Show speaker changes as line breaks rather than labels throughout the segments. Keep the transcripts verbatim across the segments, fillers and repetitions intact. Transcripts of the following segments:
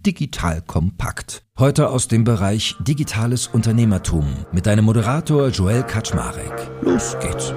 Digital Kompakt. Heute aus dem Bereich Digitales Unternehmertum mit deinem Moderator Joel Kaczmarek. Los geht's.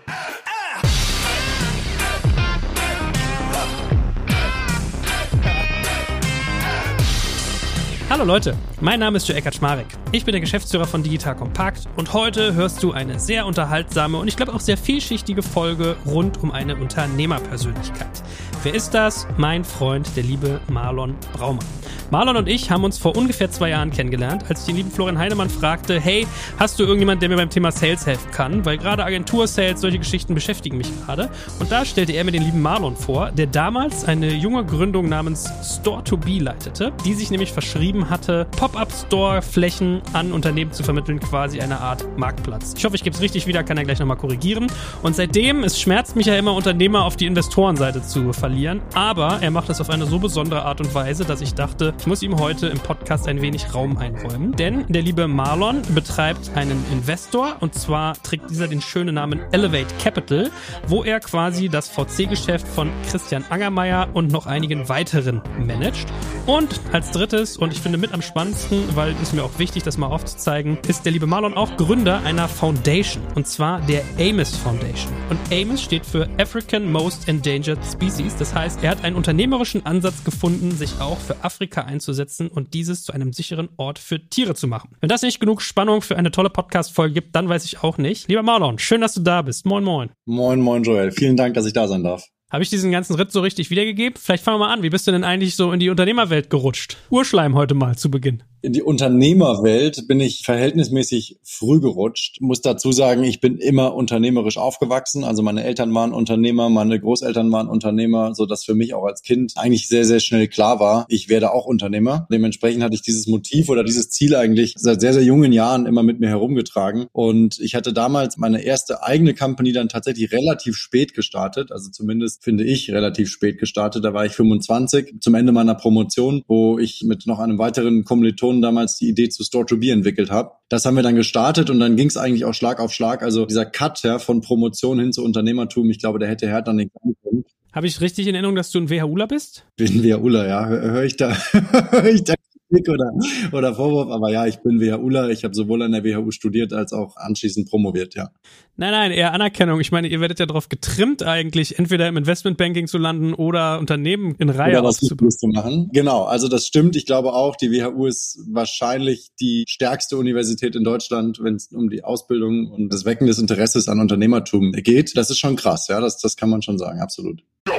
Hallo Leute, mein Name ist Joel Kaczmarek. Ich bin der Geschäftsführer von Digital Kompakt und heute hörst du eine sehr unterhaltsame und ich glaube auch sehr vielschichtige Folge rund um eine Unternehmerpersönlichkeit. Wer ist das? Mein Freund, der liebe Marlon Braumann. Marlon und ich haben uns vor ungefähr zwei Jahren kennengelernt, als ich den lieben Florian Heinemann fragte, hey, hast du irgendjemanden, der mir beim Thema Sales helfen kann? Weil gerade Agentur-Sales, solche Geschichten beschäftigen mich gerade. Und da stellte er mir den lieben Marlon vor, der damals eine junge Gründung namens Store to Be leitete, die sich nämlich verschrieben hatte, Pop-Up-Store-Flächen an Unternehmen zu vermitteln, quasi eine Art Marktplatz. Ich hoffe, ich gebe es richtig wieder, kann er gleich nochmal korrigieren. Und seitdem, es schmerzt mich ja immer, Unternehmer auf die Investorenseite zu verlieren, aber er macht das auf eine so besondere Art und Weise, dass ich dachte, ich muss ihm heute im Podcast ein wenig Raum einräumen, denn der liebe Marlon betreibt einen Investor und zwar trägt dieser den schönen Namen Elevate Capital, wo er quasi das V C-Geschäft von Christian Angermayer und noch einigen weiteren managt. Und als drittes, und ich finde mit am spannendsten, weil es mir auch wichtig, das mal aufzuzeigen, ist der liebe Marlon auch Gründer einer Foundation, und zwar der AMOS Foundation. Und AMOS steht für African Most Endangered Species, das heißt, er hat einen unternehmerischen Ansatz gefunden, sich auch für Afrika einzusetzen und dieses zu einem sicheren Ort für Tiere zu machen. Wenn das nicht genug Spannung für eine tolle Podcast-Folge gibt, dann weiß ich auch nicht. Lieber Marlon, schön, dass du da bist. Moin, moin.
Moin, moin, Joel. Vielen Dank, dass ich da sein darf.
Habe ich diesen ganzen Ritt so richtig wiedergegeben? Vielleicht fangen wir mal an. Wie bist du denn eigentlich so in die Unternehmerwelt gerutscht? Urschleim heute mal zu Beginn.
In die Unternehmerwelt bin ich verhältnismäßig früh gerutscht. Muss dazu sagen, ich bin immer unternehmerisch aufgewachsen. Also meine Eltern waren Unternehmer, meine Großeltern waren Unternehmer, so dass für mich auch als Kind eigentlich sehr, sehr schnell klar war, ich werde auch Unternehmer. Dementsprechend hatte ich dieses Motiv oder dieses Ziel eigentlich seit sehr, sehr jungen Jahren immer mit mir herumgetragen. Und ich hatte damals meine erste eigene Company dann tatsächlich relativ spät gestartet. Also zumindest finde ich relativ spät gestartet. Da war ich fünfundzwanzig zum Ende meiner Promotion, wo ich mit noch einem weiteren Kommilitonen damals die Idee zu Store to Be entwickelt habe. Das haben wir dann gestartet und dann ging es eigentlich auch Schlag auf Schlag. Also dieser Cut ja, von Promotion hin zu Unternehmertum, ich glaube, der hätte Herr dann nicht kommen.
Habe ich richtig in Erinnerung, dass du ein WHUler bist?
Bin WHUler, ja. Höre ich da, höre ich da Kritik oder, oder Vorwurf, aber ja, ich bin WHUler. Ich habe sowohl an der W H U studiert als auch anschließend promoviert, ja.
Nein, nein, eher Anerkennung. Ich meine, ihr werdet ja darauf getrimmt eigentlich, entweder im Investmentbanking zu landen oder Unternehmen in Reihe
auszubauen. Genau, also das stimmt. Ich glaube auch, die W H U ist wahrscheinlich die stärkste Universität in Deutschland, wenn es um die Ausbildung und das Wecken des Interesses an Unternehmertum geht. Das ist schon krass, ja, das, das kann man schon sagen, absolut.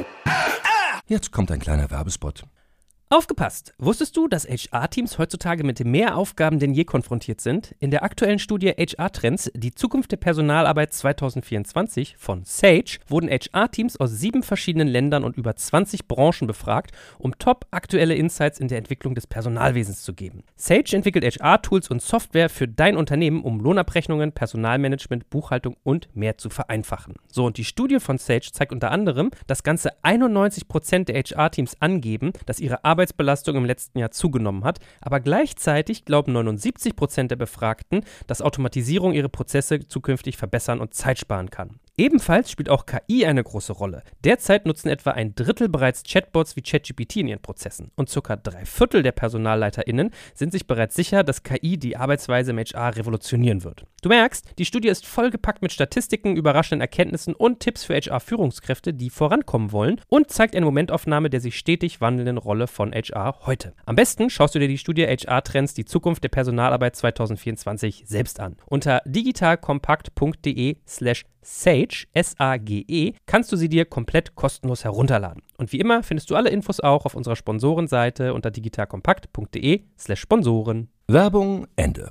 Jetzt kommt ein kleiner Werbespot.
Aufgepasst! Wusstest du, dass H R-Teams heutzutage mit mehr Aufgaben denn je konfrontiert sind? In der aktuellen Studie H R-Trends, die Zukunft der Personalarbeit zwanzig vierundzwanzig von Sage, wurden H R-Teams aus sieben verschiedenen Ländern und über zwanzig Branchen befragt, um top aktuelle Insights in der Entwicklung des Personalwesens zu geben. Sage entwickelt H R-Tools und Software für dein Unternehmen, um Lohnabrechnungen, Personalmanagement, Buchhaltung und mehr zu vereinfachen. So, und die Studie von Sage zeigt unter anderem, dass ganze einundneunzig Prozent der H R-Teams angeben, dass ihre Arbeit Arbeitsbelastung im letzten Jahr zugenommen hat, aber gleichzeitig glauben neunundsiebzig Prozent der Befragten, dass Automatisierung ihre Prozesse zukünftig verbessern und Zeit sparen kann. Ebenfalls spielt auch K I eine große Rolle. Derzeit nutzen etwa ein Drittel bereits Chatbots wie ChatGPT in ihren Prozessen und circa drei Viertel der PersonalleiterInnen sind sich bereits sicher, dass K I die Arbeitsweise im H R revolutionieren wird. Du merkst, die Studie ist vollgepackt mit Statistiken, überraschenden Erkenntnissen und Tipps für H R-Führungskräfte, die vorankommen wollen und zeigt eine Momentaufnahme der sich stetig wandelnden Rolle von H R heute. Am besten schaust du dir die Studie H R-Trends, die Zukunft der Personalarbeit zwanzig vierundzwanzig selbst an. Unter digitalkompakt.de slash Sage, S A G E, kannst du sie dir komplett kostenlos herunterladen. Und wie immer findest du alle Infos auch auf unserer Sponsorenseite unter digitalkompakt.de slash Sponsoren.
Werbung Ende.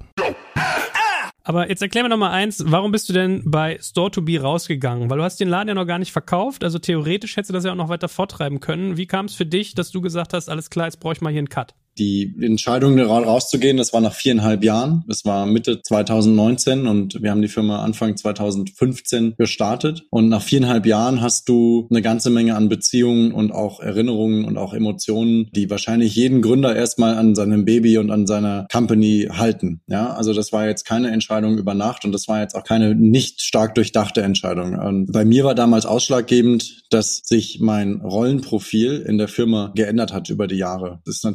Aber jetzt erklär mir noch mal eins, warum bist du denn bei Store to Be rausgegangen? Weil du hast den Laden ja noch gar nicht verkauft, also theoretisch hättest du das ja auch noch weiter vortreiben können. Wie kam es für dich, dass du gesagt hast, alles klar, jetzt brauche ich mal hier einen Cut?
Die Entscheidung, rauszugehen, das war nach viereinhalb Jahren. Das war Mitte zwanzig neunzehn und wir haben die Firma Anfang zwanzig fünfzehn gestartet. Und nach viereinhalb Jahren hast du eine ganze Menge an Beziehungen und auch Erinnerungen und auch Emotionen, die wahrscheinlich jeden Gründer erstmal an seinem Baby und an seiner Company halten. Ja, also das war jetzt keine Entscheidung über Nacht und das war jetzt auch keine nicht stark durchdachte Entscheidung. Und bei mir war damals ausschlaggebend, dass sich mein Rollenprofil in der Firma geändert hat über die Jahre. Das ist natürlich so,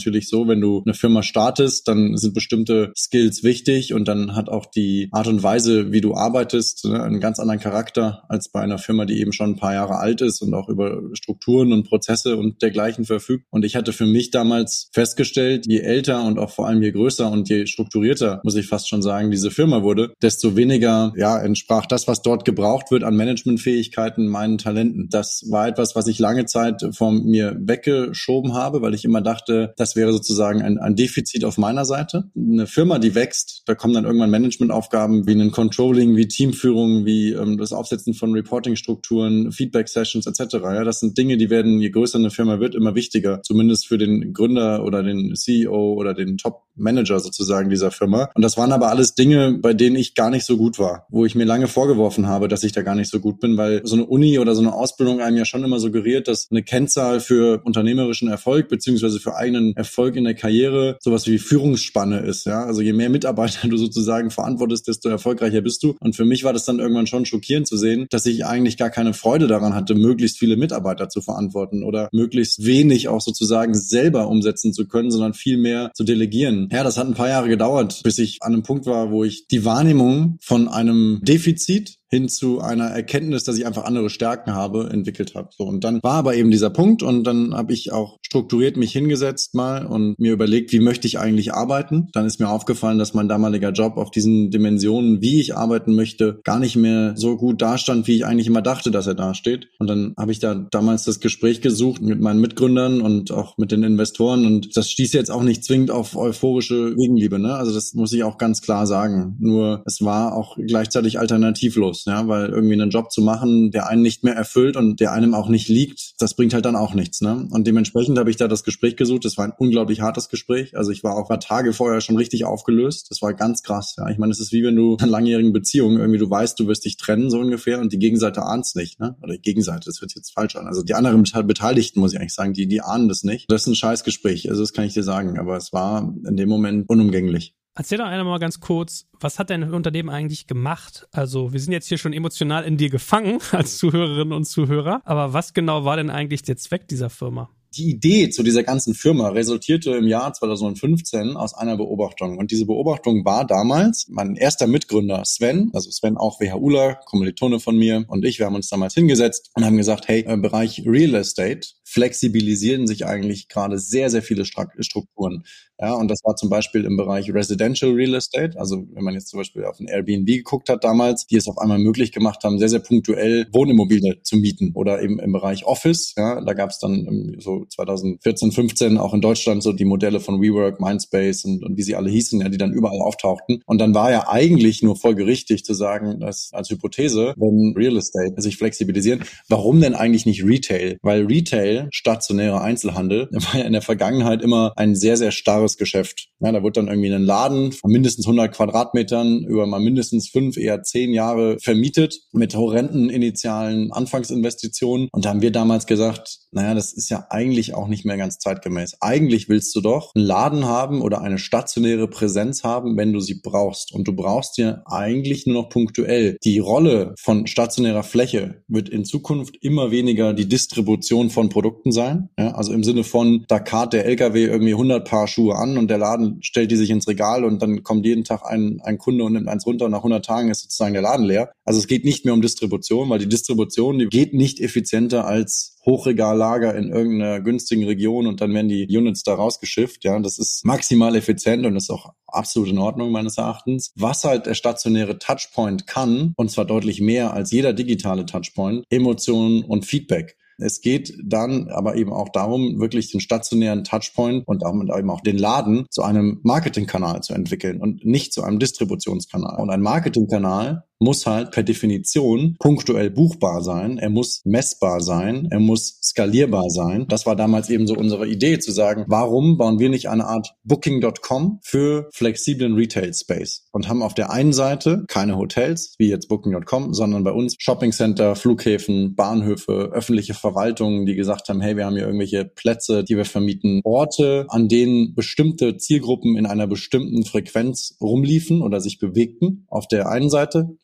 wenn du eine Firma startest, dann sind bestimmte Skills wichtig und dann hat auch die Art und Weise, wie du arbeitest, ne, einen ganz anderen Charakter als bei einer Firma, die eben schon ein paar Jahre alt ist und auch über Strukturen und Prozesse und dergleichen verfügt. Und ich hatte für mich damals festgestellt, je älter und auch vor allem je größer und je strukturierter, muss ich fast schon sagen, diese Firma wurde, desto weniger ja entsprach das, was dort gebraucht wird an Managementfähigkeiten, meinen Talenten. Das war etwas, was ich lange Zeit von mir weggeschoben habe, weil ich immer dachte, das wäre sozusagen ein, ein Defizit auf meiner Seite. Eine Firma, die wächst, da kommen dann irgendwann Managementaufgaben wie ein Controlling, wie Teamführung, wie ähm, das Aufsetzen von Reporting-Strukturen, Feedback-Sessions et cetera. Ja, das sind Dinge, die werden, je größer eine Firma wird, immer wichtiger. Zumindest für den Gründer oder den C E O oder den Top-Manager sozusagen dieser Firma. Und das waren aber alles Dinge, bei denen ich gar nicht so gut war, wo ich mir lange vorgeworfen habe, dass ich da gar nicht so gut bin, weil so eine Uni oder so eine Ausbildung einem ja schon immer suggeriert, dass eine Kennzahl für unternehmerischen Erfolg beziehungsweise für eigenen Erfolg in der Karriere sowas wie Führungsspanne ist. Ja, also je mehr Mitarbeiter du sozusagen verantwortest, desto erfolgreicher bist du. Und für mich war das dann irgendwann schon schockierend zu sehen, dass ich eigentlich gar keine Freude daran hatte, möglichst viele Mitarbeiter zu verantworten oder möglichst wenig auch sozusagen selber umsetzen zu können, sondern viel mehr zu delegieren. Ja, das hat ein paar Jahre gedauert, bis ich an einem Punkt war, wo ich die Wahrnehmung von einem Defizit hin zu einer Erkenntnis, dass ich einfach andere Stärken habe, entwickelt habe. So, und dann war aber eben dieser Punkt und dann habe ich auch strukturiert mich hingesetzt mal und mir überlegt, wie möchte ich eigentlich arbeiten. Dann ist mir aufgefallen, dass mein damaliger Job auf diesen Dimensionen, wie ich arbeiten möchte, gar nicht mehr so gut dastand, wie ich eigentlich immer dachte, dass er dasteht. Und dann habe ich da damals das Gespräch gesucht mit meinen Mitgründern und auch mit den Investoren und das stieß jetzt auch nicht zwingend auf euphorische Gegenliebe, ne? Also das muss ich auch ganz klar sagen. Nur es war auch gleichzeitig alternativlos. Ja, weil irgendwie einen Job zu machen, der einen nicht mehr erfüllt und der einem auch nicht liegt, das bringt halt dann auch nichts, ne? Und dementsprechend habe ich da das Gespräch gesucht. Das war ein unglaublich hartes Gespräch. Also ich war auch ein paar Tage vorher schon richtig aufgelöst. Das war ganz krass. Ja, ich meine, es ist wie wenn du in einer langjährigen Beziehung irgendwie, du weißt, du wirst dich trennen, so ungefähr, und die Gegenseite ahnt es nicht, ne? Oder die Gegenseite, das hört jetzt falsch an. Also die anderen Beteiligten, muss ich eigentlich sagen, die, die ahnen das nicht. Das ist ein scheiß Gespräch. Also das kann ich dir sagen. Aber es war in dem Moment unumgänglich.
Erzähl doch einmal ganz kurz, was hat dein Unternehmen eigentlich gemacht? Also wir sind jetzt hier schon emotional in dir gefangen als Zuhörerinnen und Zuhörer, aber was genau war denn eigentlich der Zweck dieser Firma?
Die Idee zu dieser ganzen Firma resultierte im Jahr zweitausendfünfzehn aus einer Beobachtung. Und diese Beobachtung war damals, mein erster Mitgründer Sven, also Sven auch WHUler, Kommilitone von mir und ich, wir haben uns damals hingesetzt und haben gesagt, hey, im Bereich Real Estate flexibilisieren sich eigentlich gerade sehr, sehr viele Strukturen. Ja, und das war zum Beispiel im Bereich Residential Real Estate. Also wenn man jetzt zum Beispiel auf ein Airbnb geguckt hat damals, die es auf einmal möglich gemacht haben, sehr, sehr punktuell Wohnimmobilien zu mieten. Oder eben im Bereich Office. Ja, da gab es dann so zweitausendvierzehn, fünfzehn auch in Deutschland so die Modelle von WeWork, Mindspace und, und wie sie alle hießen, ja, die dann überall auftauchten. Und dann war ja eigentlich nur folgerichtig zu sagen, dass als Hypothese, wenn Real Estate sich flexibilisieren, warum denn eigentlich nicht Retail? Weil Retail, stationärer Einzelhandel, war ja in der Vergangenheit immer ein sehr, sehr starres Geschäft. Ja, da wird dann irgendwie ein Laden von mindestens hundert Quadratmetern über mal mindestens fünf, eher zehn Jahre vermietet mit horrenden initialen Anfangsinvestitionen. Und da haben wir damals gesagt, naja, das ist ja eigentlich auch nicht mehr ganz zeitgemäß. Eigentlich willst du doch einen Laden haben oder eine stationäre Präsenz haben, wenn du sie brauchst. Und du brauchst ja eigentlich nur noch punktuell. Die Rolle von stationärer Fläche wird in Zukunft immer weniger die Distribution von Produkten sein. Ja, also im Sinne von, da karrt der L K W irgendwie hundert Paar Schuhe an und der Laden stellt die sich ins Regal und dann kommt jeden Tag ein, ein Kunde und nimmt eins runter und nach hundert Tagen ist sozusagen der Laden leer. Also es geht nicht mehr um Distribution, weil die Distribution, die geht nicht effizienter als Hochregallager in irgendeiner günstigen Region und dann werden die Units da rausgeschifft. Ja, das ist maximal effizient und ist auch absolut in Ordnung meines Erachtens. Was halt der stationäre Touchpoint kann, und zwar deutlich mehr als jeder digitale Touchpoint, Emotionen und Feedback. Es geht dann aber eben auch darum, wirklich den stationären Touchpoint und damit eben auch den Laden zu einem Marketingkanal zu entwickeln und nicht zu einem Distributionskanal. Und ein Marketingkanal muss halt per Definition punktuell buchbar sein, er muss messbar sein, er muss skalierbar sein. Das war damals eben so unsere Idee, zu sagen, warum bauen wir nicht eine Art Booking Punkt com für flexiblen Retail Space und haben auf der einen Seite keine Hotels, wie jetzt Booking Punkt com, sondern bei uns Shoppingcenter, Flughäfen, Bahnhöfe, öffentliche Verwaltungen, die gesagt haben, hey, wir haben hier irgendwelche Plätze, die wir vermieten, Orte, an denen bestimmte Zielgruppen in einer bestimmten Frequenz rumliefen oder sich bewegten, auf der einen Seite.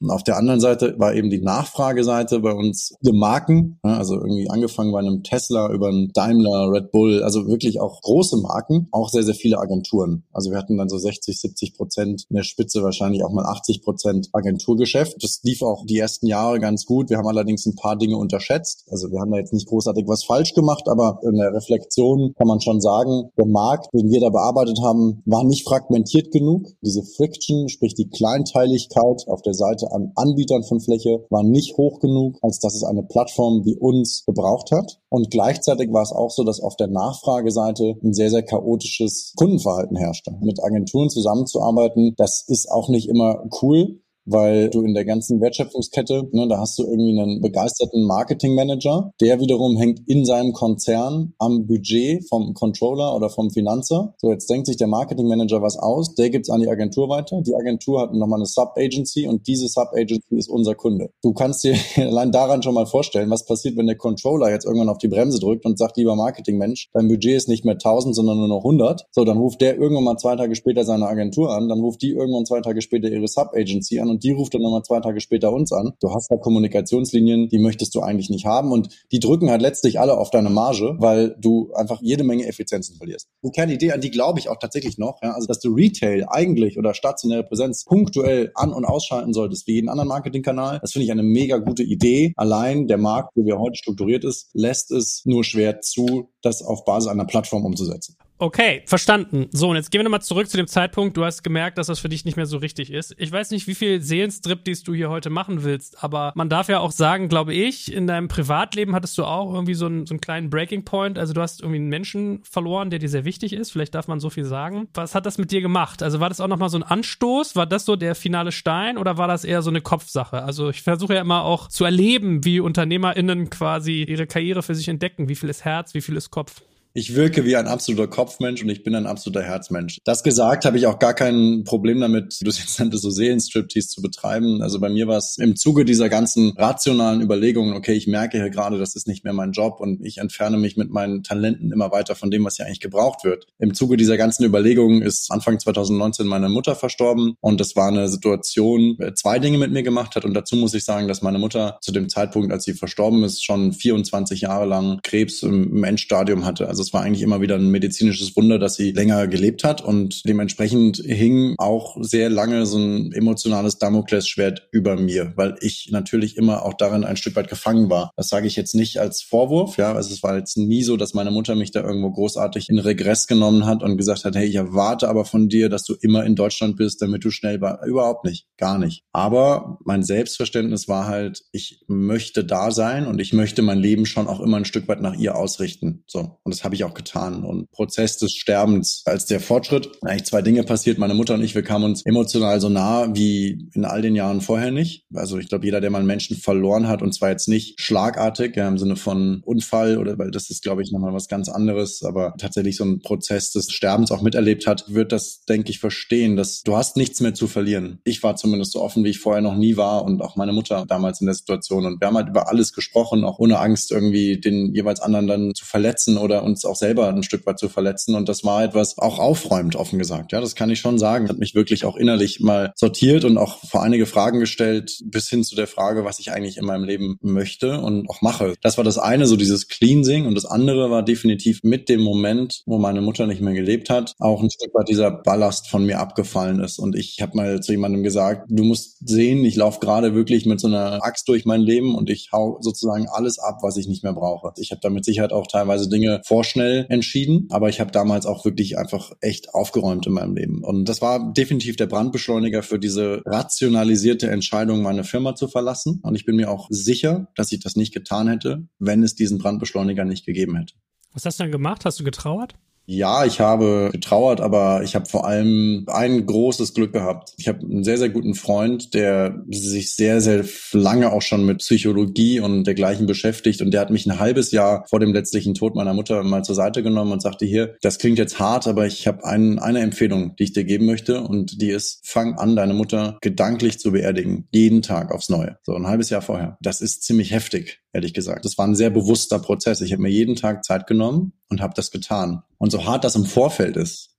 Und auf der anderen Seite war eben die Nachfrageseite bei uns die Marken, also irgendwie angefangen bei einem Tesla über einen Daimler, Red Bull, also wirklich auch große Marken, auch sehr, sehr viele Agenturen. Also wir hatten dann so sechzig, siebzig Prozent, in der Spitze wahrscheinlich auch mal achtzig Prozent Agenturgeschäft. Das lief auch die ersten Jahre ganz gut. Wir haben allerdings ein paar Dinge unterschätzt. Also wir haben da jetzt nicht großartig was falsch gemacht, aber in der Reflexion kann man schon sagen, der Markt, den wir da bearbeitet haben, war nicht fragmentiert genug. Diese Friction, sprich die Kleinteiligkeit auf der Seite an Anbietern von Fläche, war nicht hoch genug, als dass es eine Plattform wie uns gebraucht hat. Und gleichzeitig war es auch so, dass auf der Nachfrageseite ein sehr, sehr chaotisches Kundenverhalten herrschte. Mit Agenturen zusammenzuarbeiten, das ist auch nicht immer cool, weil du in der ganzen Wertschöpfungskette, ne, da hast du irgendwie einen begeisterten Marketingmanager, der wiederum hängt in seinem Konzern am Budget vom Controller oder vom Finanzer. So, jetzt denkt sich der Marketingmanager was aus, der gibt's an die Agentur weiter. Die Agentur hat nochmal eine Sub-Agency und diese Sub-Agency ist unser Kunde. Du kannst dir allein daran schon mal vorstellen, was passiert, wenn der Controller jetzt irgendwann auf die Bremse drückt und sagt, lieber Marketingmensch, dein Budget ist nicht mehr tausend, sondern nur noch hundert. So, dann ruft der irgendwann mal zwei Tage später seine Agentur an, dann ruft die irgendwann zwei Tage später ihre Sub-Agency an und die ruft dann nochmal zwei Tage später uns an. Du hast da Kommunikationslinien, die möchtest du eigentlich nicht haben und die drücken halt letztlich alle auf deine Marge, weil du einfach jede Menge Effizienzen verlierst. Eine Kernidee, an die glaube ich auch tatsächlich noch, ja, also dass du Retail eigentlich oder stationäre Präsenz punktuell an- und ausschalten solltest, wie jeden anderen Marketingkanal. Das finde ich eine mega gute Idee. Allein der Markt, wie er heute strukturiert ist, lässt es nur schwer zu, das auf Basis einer Plattform umzusetzen.
Okay, verstanden. So, und jetzt gehen wir nochmal zurück zu dem Zeitpunkt. Du hast gemerkt, dass das für dich nicht mehr so richtig ist. Ich weiß nicht, wie viel Seelenstriptease du hier heute machen willst, aber man darf ja auch sagen, glaube ich, in deinem Privatleben hattest du auch irgendwie so einen, so einen kleinen Breaking Point. Also du hast irgendwie einen Menschen verloren, der dir sehr wichtig ist. Vielleicht darf man so viel sagen. Was hat das mit dir gemacht? Also war das auch nochmal so ein Anstoß? War das so der finale Stein oder war das eher so eine Kopfsache? Also ich versuche ja immer auch zu erleben, wie UnternehmerInnen quasi ihre Karriere für sich entdecken. Wie viel ist Herz, wie viel ist Kopf?
Ich wirke wie ein absoluter Kopfmensch und ich bin ein absoluter Herzmensch. Das gesagt, habe ich auch gar kein Problem damit, du jetzt nanntest, so Seelenstriptease zu betreiben. Also bei mir war es im Zuge dieser ganzen rationalen Überlegungen, okay, ich merke hier gerade, das ist nicht mehr mein Job und ich entferne mich mit meinen Talenten immer weiter von dem, was hier eigentlich gebraucht wird. Im Zuge dieser ganzen Überlegungen ist Anfang zwanzig neunzehn meine Mutter verstorben und das war eine Situation, die zwei Dinge mit mir gemacht hat und dazu muss ich sagen, dass meine Mutter zu dem Zeitpunkt, als sie verstorben ist, schon vierundzwanzig Jahre lang Krebs im Endstadium hatte. Also es war eigentlich immer wieder ein medizinisches Wunder, dass sie länger gelebt hat und dementsprechend hing auch sehr lange so ein emotionales Damoklesschwert über mir, weil ich natürlich immer auch darin ein Stück weit gefangen war. Das sage ich jetzt nicht als Vorwurf, ja, also es war jetzt nie so, dass meine Mutter mich da irgendwo großartig in Regress genommen hat und gesagt hat, hey, ich erwarte aber von dir, dass du immer in Deutschland bist, damit du schnell war. Überhaupt nicht, gar nicht. Aber mein Selbstverständnis war halt, ich möchte da sein und ich möchte mein Leben schon auch immer ein Stück weit nach ihr ausrichten. So, und das habe ich auch getan. Und Prozess des Sterbens als der Fortschritt, eigentlich zwei Dinge passiert. Meine Mutter und ich, wir kamen uns emotional so nah wie in all den Jahren vorher nicht. Also ich glaube, jeder, der mal einen Menschen verloren hat, und zwar jetzt nicht schlagartig, ja, im Sinne von Unfall oder, weil das ist, glaube ich, nochmal was ganz anderes, aber tatsächlich so ein Prozess des Sterbens auch miterlebt hat, wird das, denke ich, verstehen, dass du hast nichts mehr zu verlieren. Ich war zumindest so offen, wie ich vorher noch nie war und auch meine Mutter damals in der Situation. Und wir haben halt über alles gesprochen, auch ohne Angst, irgendwie den jeweils anderen dann zu verletzen oder uns auch selber ein Stück weit zu verletzen. Und das war etwas auch aufräumend, offen gesagt. Ja, das kann ich schon sagen. Hat mich wirklich auch innerlich mal sortiert und auch vor einige Fragen gestellt, bis hin zu der Frage, was ich eigentlich in meinem Leben möchte und auch mache. Das war das eine, so dieses Cleansing. Und das andere war definitiv mit dem Moment, wo meine Mutter nicht mehr gelebt hat, auch ein Stück weit dieser Ballast von mir abgefallen ist. Und ich habe mal zu jemandem gesagt, du musst sehen, ich laufe gerade wirklich mit so einer Axt durch mein Leben und ich hau sozusagen alles ab, was ich nicht mehr brauche. Ich habe da mit Sicherheit auch teilweise Dinge vorschnell entschieden, aber ich habe damals auch wirklich einfach echt aufgeräumt in meinem Leben. Und das war definitiv der Brandbeschleuniger für diese rationalisierte Entscheidung, meine Firma zu verlassen. Und ich bin mir auch sicher, dass ich das nicht getan hätte, wenn es diesen Brandbeschleuniger nicht gegeben hätte.
Was hast du dann gemacht? Hast du getrauert?
Ja, ich habe getrauert, aber ich habe vor allem ein großes Glück gehabt. Ich habe einen sehr, sehr guten Freund, der sich sehr, sehr lange auch schon mit Psychologie und dergleichen beschäftigt. Und der hat mich ein halbes Jahr vor dem letztlichen Tod meiner Mutter mal zur Seite genommen und sagte, hier, das klingt jetzt hart, aber ich habe ein, eine Empfehlung, die ich dir geben möchte. Und die ist, fang an, deine Mutter gedanklich zu beerdigen. Jeden Tag aufs Neue. So ein halbes Jahr vorher. Das ist ziemlich heftig, ehrlich gesagt. Das war ein sehr bewusster Prozess. Ich habe mir jeden Tag Zeit genommen und habe das getan. Und so hart das im Vorfeld ist,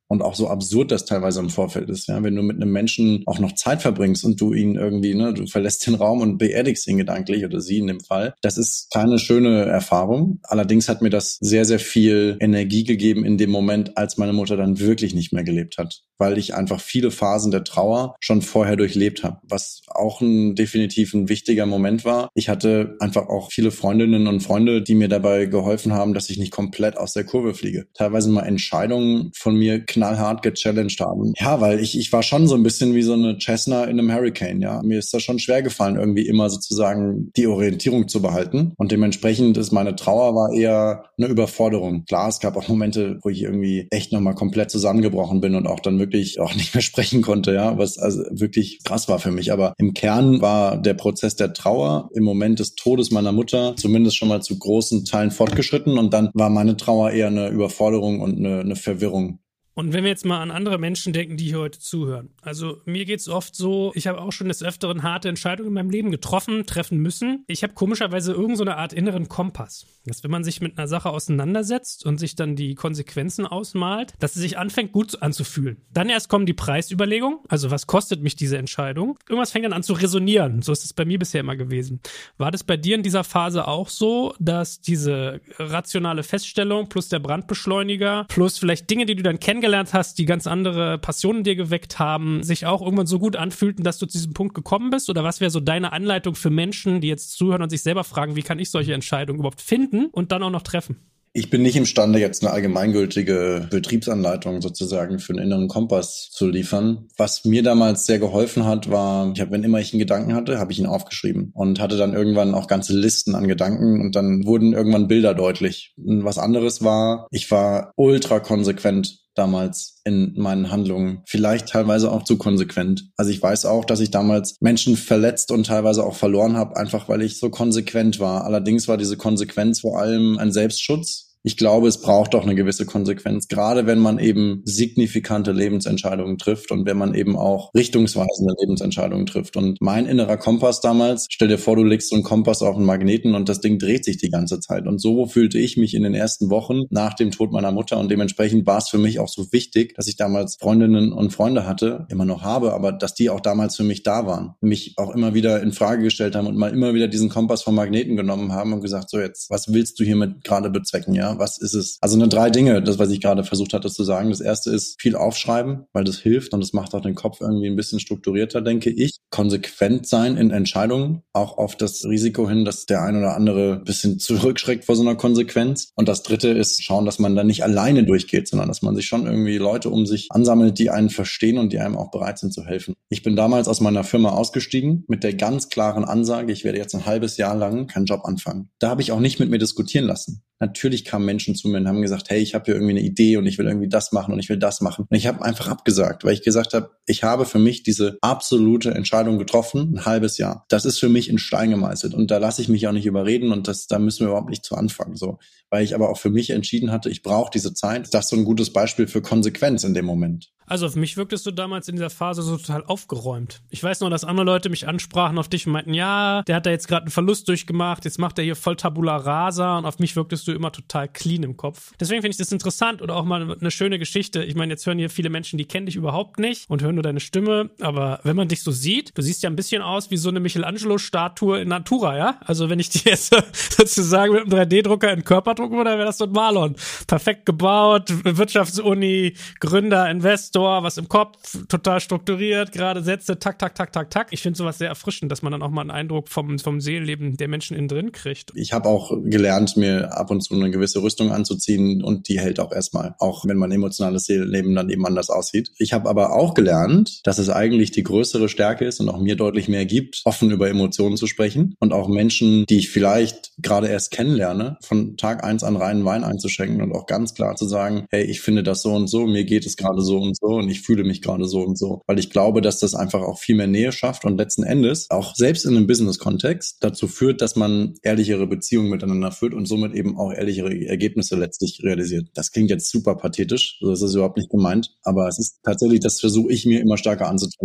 Und auch so absurd das teilweise im Vorfeld ist, ja, wenn du mit einem Menschen auch noch Zeit verbringst und du ihn irgendwie, ne, du verlässt den Raum und beerdigst ihn gedanklich oder sie in dem Fall. Das ist keine schöne Erfahrung. Allerdings hat mir das sehr, sehr viel Energie gegeben in dem Moment, als meine Mutter dann wirklich nicht mehr gelebt hat, weil ich einfach viele Phasen der Trauer schon vorher durchlebt habe, was auch ein definitiv ein wichtiger Moment war. Ich hatte einfach auch viele Freundinnen und Freunde, die mir dabei geholfen haben, dass ich nicht komplett aus der Kurve fliege. Teilweise mal Entscheidungen von mir knallhart gechallenged haben. Ja, weil ich ich war schon so ein bisschen wie so eine Cessna in einem Hurricane, ja. Mir ist das schon schwer gefallen, irgendwie immer sozusagen die Orientierung zu behalten. Und dementsprechend ist meine Trauer war eher eine Überforderung. Klar, es gab auch Momente, wo ich irgendwie echt nochmal komplett zusammengebrochen bin und auch dann wirklich auch nicht mehr sprechen konnte, ja, was also wirklich krass war für mich. Aber im Kern war der Prozess der Trauer im Moment des Todes meiner Mutter zumindest schon mal zu großen Teilen fortgeschritten. Und dann war meine Trauer eher eine Überforderung und eine, eine Verwirrung.
Und wenn wir jetzt mal an andere Menschen denken, die hier heute zuhören. Also mir geht's oft so, ich habe auch schon des Öfteren harte Entscheidungen in meinem Leben getroffen, treffen müssen. Ich habe komischerweise irgend so eine Art inneren Kompass. Dass wenn man sich mit einer Sache auseinandersetzt und sich dann die Konsequenzen ausmalt, dass es sich anfängt gut anzufühlen. Dann erst kommen die Preisüberlegungen, also was kostet mich diese Entscheidung? Irgendwas fängt dann an zu resonieren. So ist es bei mir bisher immer gewesen. War das bei dir in dieser Phase auch so, dass diese rationale Feststellung plus der Brandbeschleuniger plus vielleicht Dinge, die du dann kennengelernt hast, die ganz andere Passionen dir geweckt haben, sich auch irgendwann so gut anfühlten, dass du zu diesem Punkt gekommen bist? Oder was wäre so deine Anleitung für Menschen, die jetzt zuhören und sich selber fragen, wie kann ich solche Entscheidungen überhaupt finden und dann auch noch treffen?
Ich bin nicht imstande, jetzt eine allgemeingültige Betriebsanleitung sozusagen für einen inneren Kompass zu liefern. Was mir damals sehr geholfen hat, war, ich habe, wenn immer ich einen Gedanken hatte, habe ich ihn aufgeschrieben und hatte dann irgendwann auch ganze Listen an Gedanken und dann wurden irgendwann Bilder deutlich. Und was anderes war, ich war ultra konsequent damals in meinen Handlungen, vielleicht teilweise auch zu konsequent. Also ich weiß auch, dass ich damals Menschen verletzt und teilweise auch verloren habe, einfach weil ich so konsequent war. Allerdings war diese Konsequenz vor allem ein Selbstschutz. Ich glaube, es braucht auch eine gewisse Konsequenz, gerade wenn man eben signifikante Lebensentscheidungen trifft und wenn man eben auch richtungsweisende Lebensentscheidungen trifft. Und mein innerer Kompass damals, stell dir vor, du legst so einen Kompass auf einen Magneten und das Ding dreht sich die ganze Zeit. Und so fühlte ich mich in den ersten Wochen nach dem Tod meiner Mutter und dementsprechend war es für mich auch so wichtig, dass ich damals Freundinnen und Freunde hatte, immer noch habe, aber dass die auch damals für mich da waren, mich auch immer wieder in Frage gestellt haben und mal immer wieder diesen Kompass vom Magneten genommen haben und gesagt, so jetzt, was willst du hiermit gerade bezwecken, ja? Was ist es? Also nur drei Dinge, das, was ich gerade versucht hatte zu sagen. Das erste ist viel aufschreiben, weil das hilft und das macht auch den Kopf irgendwie ein bisschen strukturierter, denke ich. Konsequent sein in Entscheidungen, auch auf das Risiko hin, dass der ein oder andere ein bisschen zurückschreckt vor so einer Konsequenz. Und das dritte ist schauen, dass man da nicht alleine durchgeht, sondern dass man sich schon irgendwie Leute um sich ansammelt, die einen verstehen und die einem auch bereit sind zu helfen. Ich bin damals aus meiner Firma ausgestiegen mit der ganz klaren Ansage, ich werde jetzt ein halbes Jahr lang keinen Job anfangen. Da habe ich auch nicht mit mir diskutieren lassen. Natürlich kamen Menschen zu mir und haben gesagt, hey, ich habe hier irgendwie eine Idee und ich will irgendwie das machen und ich will das machen. Und ich habe einfach abgesagt, weil ich gesagt habe, ich habe für mich diese absolute Entscheidung getroffen, ein halbes Jahr. Das ist für mich in Stein gemeißelt und da lasse ich mich auch nicht überreden und das, da müssen wir überhaupt nicht zu anfangen. So, weil ich aber auch für mich entschieden hatte, ich brauche diese Zeit. Das ist so ein gutes Beispiel für Konsequenz in dem Moment.
Also auf mich wirktest du damals in dieser Phase so total aufgeräumt. Ich weiß noch, dass andere Leute mich ansprachen auf dich und meinten, ja, der hat da jetzt gerade einen Verlust durchgemacht, jetzt macht er hier voll Tabula Rasa und auf mich wirktest du immer total clean im Kopf. Deswegen finde ich das interessant oder auch mal eine schöne Geschichte. Ich meine, jetzt hören hier viele Menschen, die kennen dich überhaupt nicht und hören nur deine Stimme, aber wenn man dich so sieht, du siehst ja ein bisschen aus wie so eine Michelangelo-Statue in Natura, ja? Also wenn ich dir jetzt sozusagen mit einem drei D Drucker in den Körper drucken würde, dann wäre das so ein Marlon. Perfekt gebaut, Wirtschaftsuni, Gründer, Investor, was im Kopf, total strukturiert, gerade Sätze, tak, tak, tak, tak, tak. Ich finde sowas sehr erfrischend, dass man dann auch mal einen Eindruck vom, vom Seelenleben der Menschen innen drin kriegt.
Ich habe auch gelernt, mir ab und zu eine gewisse Rüstung anzuziehen und die hält auch erstmal, auch wenn mein emotionales Seelenleben dann eben anders aussieht. Ich habe aber auch gelernt, dass es eigentlich die größere Stärke ist und auch mir deutlich mehr gibt, offen über Emotionen zu sprechen und auch Menschen, die ich vielleicht gerade erst kennenlerne, von Tag eins an reinen Wein einzuschenken und auch ganz klar zu sagen, hey, ich finde das so und so, mir geht es gerade so und so und ich fühle mich gerade so und so, weil ich glaube, dass das einfach auch viel mehr Nähe schafft und letzten Endes auch selbst in einem Business-Kontext dazu führt, dass man ehrlichere Beziehungen miteinander führt und somit eben auch ehrlichere Ergebnisse letztlich realisiert. Das klingt jetzt super pathetisch, so ist es überhaupt nicht gemeint, aber es ist tatsächlich, das versuche ich mir immer stärker anzutrainieren.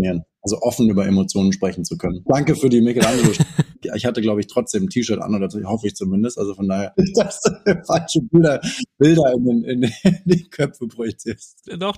Also offen über Emotionen sprechen zu können. Danke für die Michelangelo. Ich hatte, glaube ich, trotzdem ein T-Shirt an, oder hoffe ich zumindest. Also von daher, dass du falsche Bilder, Bilder in, den, in die Köpfe projizierst.
Doch.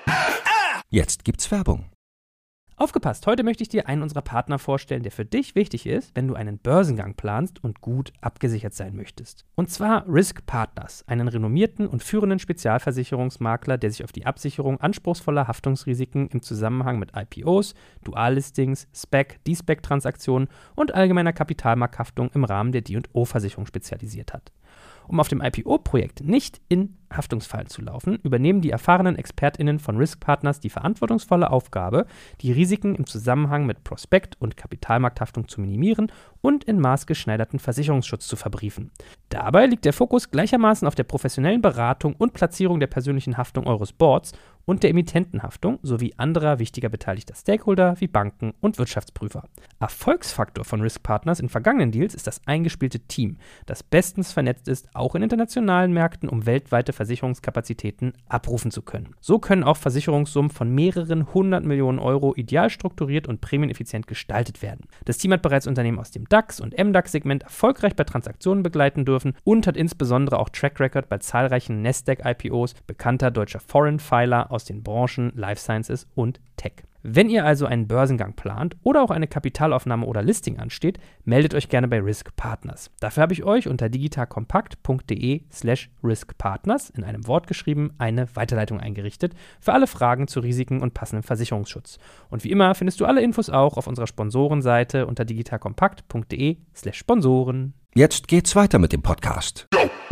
Jetzt gibt's Werbung.
Aufgepasst, heute möchte ich dir einen unserer Partner vorstellen, der für dich wichtig ist, wenn du einen Börsengang planst und gut abgesichert sein möchtest. Und zwar Risk Partners, einen renommierten und führenden Spezialversicherungsmakler, der sich auf die Absicherung anspruchsvoller Haftungsrisiken im Zusammenhang mit I P Os, Duallistings, Spec, D-Spec-Transaktionen und allgemeiner Kapitalmarkthaftung im Rahmen der D und O-Versicherung spezialisiert hat. Um auf dem I P O-Projekt nicht in Haftungsfallen zu laufen, übernehmen die erfahrenen ExpertInnen von Risk Partners die verantwortungsvolle Aufgabe, die Risiken im Zusammenhang mit Prospekt- und Kapitalmarkthaftung zu minimieren und in maßgeschneiderten Versicherungsschutz zu verbriefen. Dabei liegt der Fokus gleichermaßen auf der professionellen Beratung und Platzierung der persönlichen Haftung eures Boards und der Emittentenhaftung sowie anderer wichtiger beteiligter Stakeholder wie Banken und Wirtschaftsprüfer. Erfolgsfaktor von Risk Partners in vergangenen Deals ist das eingespielte Team, das bestens vernetzt ist, auch in internationalen Märkten, um weltweite Versicherungskapazitäten abrufen zu können. So können auch Versicherungssummen von mehreren hundert Millionen Euro ideal strukturiert und prämieneffizient gestaltet werden. Das Team hat bereits Unternehmen aus dem DAX- und M DAX-Segment erfolgreich bei Transaktionen begleiten dürfen und hat insbesondere auch Track Record bei zahlreichen Nasdaq-I P Os bekannter deutscher Foreign Filer aus den Branchen Life Sciences und Tech. Wenn ihr also einen Börsengang plant oder auch eine Kapitalaufnahme oder Listing ansteht, meldet euch gerne bei Risk Partners. Dafür habe ich euch unter digitalkompakt.de slash riskpartners in einem Wort geschrieben eine Weiterleitung eingerichtet für alle Fragen zu Risiken und passendem Versicherungsschutz. Und wie immer findest du alle Infos auch auf unserer Sponsorenseite unter digitalkompakt.de slash Sponsoren.
Jetzt geht's weiter mit dem Podcast.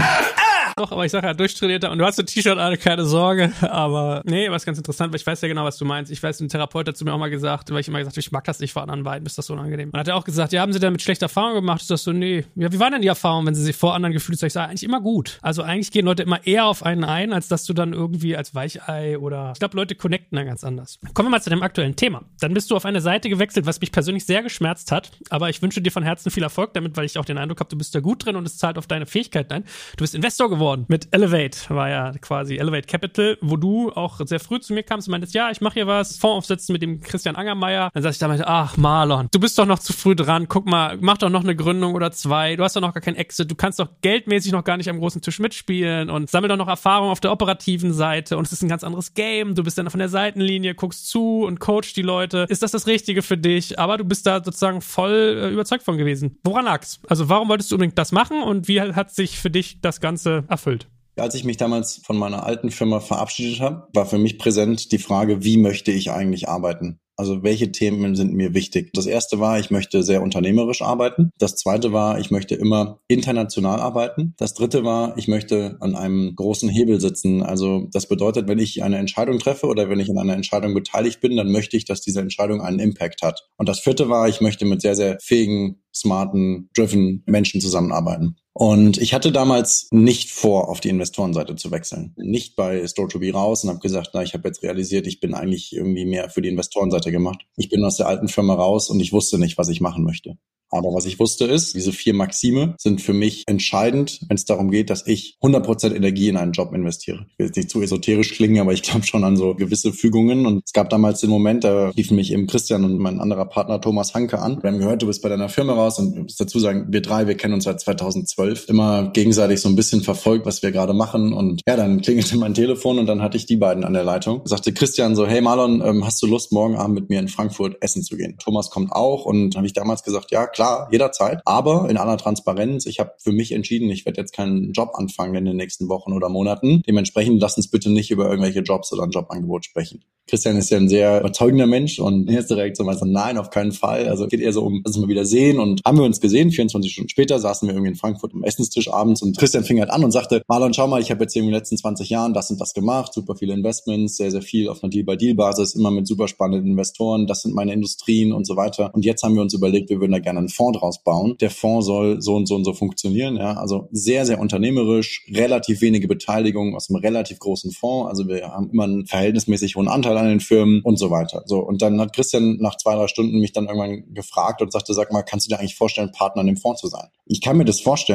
Doch, aber ich sage ja, durchtrainierter und du hast ein T-Shirt an, keine Sorge, aber nee, was ganz interessant, weil ich weiß ja genau, was du meinst. Ich weiß, ein Therapeut hat zu mir auch mal gesagt, weil ich immer gesagt habe, ich mag das nicht vor anderen beiden, ist das so unangenehm. Und hat er auch gesagt, ja, haben Sie damit schlechte Erfahrungen gemacht? Ist das so, nee. Ja, wie war denn die Erfahrung, wenn Sie sich vor anderen gefühlt haben? Ich sage, eigentlich immer gut. Also eigentlich gehen Leute immer eher auf einen ein, als dass du dann irgendwie als Weichei oder, ich glaube, Leute connecten dann ganz anders. Kommen wir mal zu dem aktuellen Thema. Dann bist du auf eine Seite gewechselt, was mich persönlich sehr geschmerzt hat, aber ich wünsche dir von Herzen viel Erfolg damit, weil ich auch den Eindruck habe, du bist da gut drin und es zahlt auf deine Fähigkeiten ein. Du bist Investor geworden mit Elevate. War ja quasi Elevate Capital, wo du auch sehr früh zu mir kamst und meintest, ja, ich mache hier was, Fonds aufsetzen mit dem Christian Angermeier. Dann sag ich damals, ach Marlon, du bist doch noch zu früh dran, guck mal, mach doch noch eine Gründung oder zwei, du hast doch noch gar kein Exit, du kannst doch geldmäßig noch gar nicht am großen Tisch mitspielen und sammel doch noch Erfahrung auf der operativen Seite und es ist ein ganz anderes Game, du bist dann von der Seitenlinie, guckst zu und coachst die Leute, ist das das Richtige für dich? Aber du bist da sozusagen voll äh, überzeugt von gewesen. Woran lag's? Also warum wolltest du unbedingt das machen und wie hat sich für dich das Ganze erfüllt?
Als ich mich damals von meiner alten Firma verabschiedet habe, war für mich präsent die Frage, wie möchte ich eigentlich arbeiten? Also welche Themen sind mir wichtig? Das erste war, ich möchte sehr unternehmerisch arbeiten. Das zweite war, ich möchte immer international arbeiten. Das dritte war, ich möchte an einem großen Hebel sitzen. Also das bedeutet, wenn ich eine Entscheidung treffe oder wenn ich an einer Entscheidung beteiligt bin, dann möchte ich, dass diese Entscheidung einen Impact hat. Und das vierte war, ich möchte mit sehr, sehr fähigen, smarten, driven Menschen zusammenarbeiten. Und ich hatte damals nicht vor, auf die Investorenseite zu wechseln. Nicht bei Store to Be raus und habe gesagt, na, ich habe jetzt realisiert, ich bin eigentlich irgendwie mehr für die Investorenseite gemacht. Ich bin aus der alten Firma raus und ich wusste nicht, was ich machen möchte. Aber was ich wusste ist, diese vier Maxime sind für mich entscheidend, wenn es darum geht, dass ich hundert Prozent Energie in einen Job investiere. Ich will jetzt nicht zu esoterisch klingen, aber ich glaube schon an so gewisse Fügungen. Und es gab damals den Moment, da riefen mich eben Christian und mein anderer Partner Thomas Hanke an. Wir haben gehört, du bist bei deiner Firma raus und ich muss dazu sagen, wir drei, wir kennen uns seit zweitausendzwölf, immer gegenseitig so ein bisschen verfolgt, was wir gerade machen. Und ja, dann klingelte mein Telefon und dann hatte ich die beiden an der Leitung. Sagte Christian so, hey Marlon, hast du Lust, morgen Abend mit mir in Frankfurt essen zu gehen? Thomas kommt auch und habe ich damals gesagt, ja, klar, jederzeit. Aber in aller Transparenz, ich habe für mich entschieden, ich werde jetzt keinen Job anfangen in den nächsten Wochen oder Monaten. Dementsprechend lass uns bitte nicht über irgendwelche Jobs oder ein Jobangebot sprechen. Christian ist ja ein sehr überzeugender Mensch und die erste Reaktion war so, nein, auf keinen Fall. Also geht eher so um, dass wir mal wieder sehen. Und haben wir uns gesehen, vierundzwanzig Stunden später saßen wir irgendwie in Frankfurt am Essenstisch abends und Christian fing halt an und sagte, Marlon, schau mal, ich habe jetzt in den letzten zwanzig Jahren das und das gemacht, super viele Investments, sehr, sehr viel auf einer Deal-by-Deal-Basis, immer mit super spannenden Investoren, das sind meine Industrien und so weiter. Und jetzt haben wir uns überlegt, wir würden da gerne einen Fonds draus bauen. Der Fonds soll so und so und so funktionieren. Ja, also sehr, sehr unternehmerisch, relativ wenige Beteiligung aus einem relativ großen Fonds. Also wir haben immer einen verhältnismäßig hohen Anteil an den Firmen und so weiter. So, und dann hat Christian nach zwei, drei Stunden mich dann irgendwann gefragt und sagte, sag mal, kannst du dir eigentlich vorstellen, Partner in dem Fonds zu sein? Ich kann mir das vorstellen,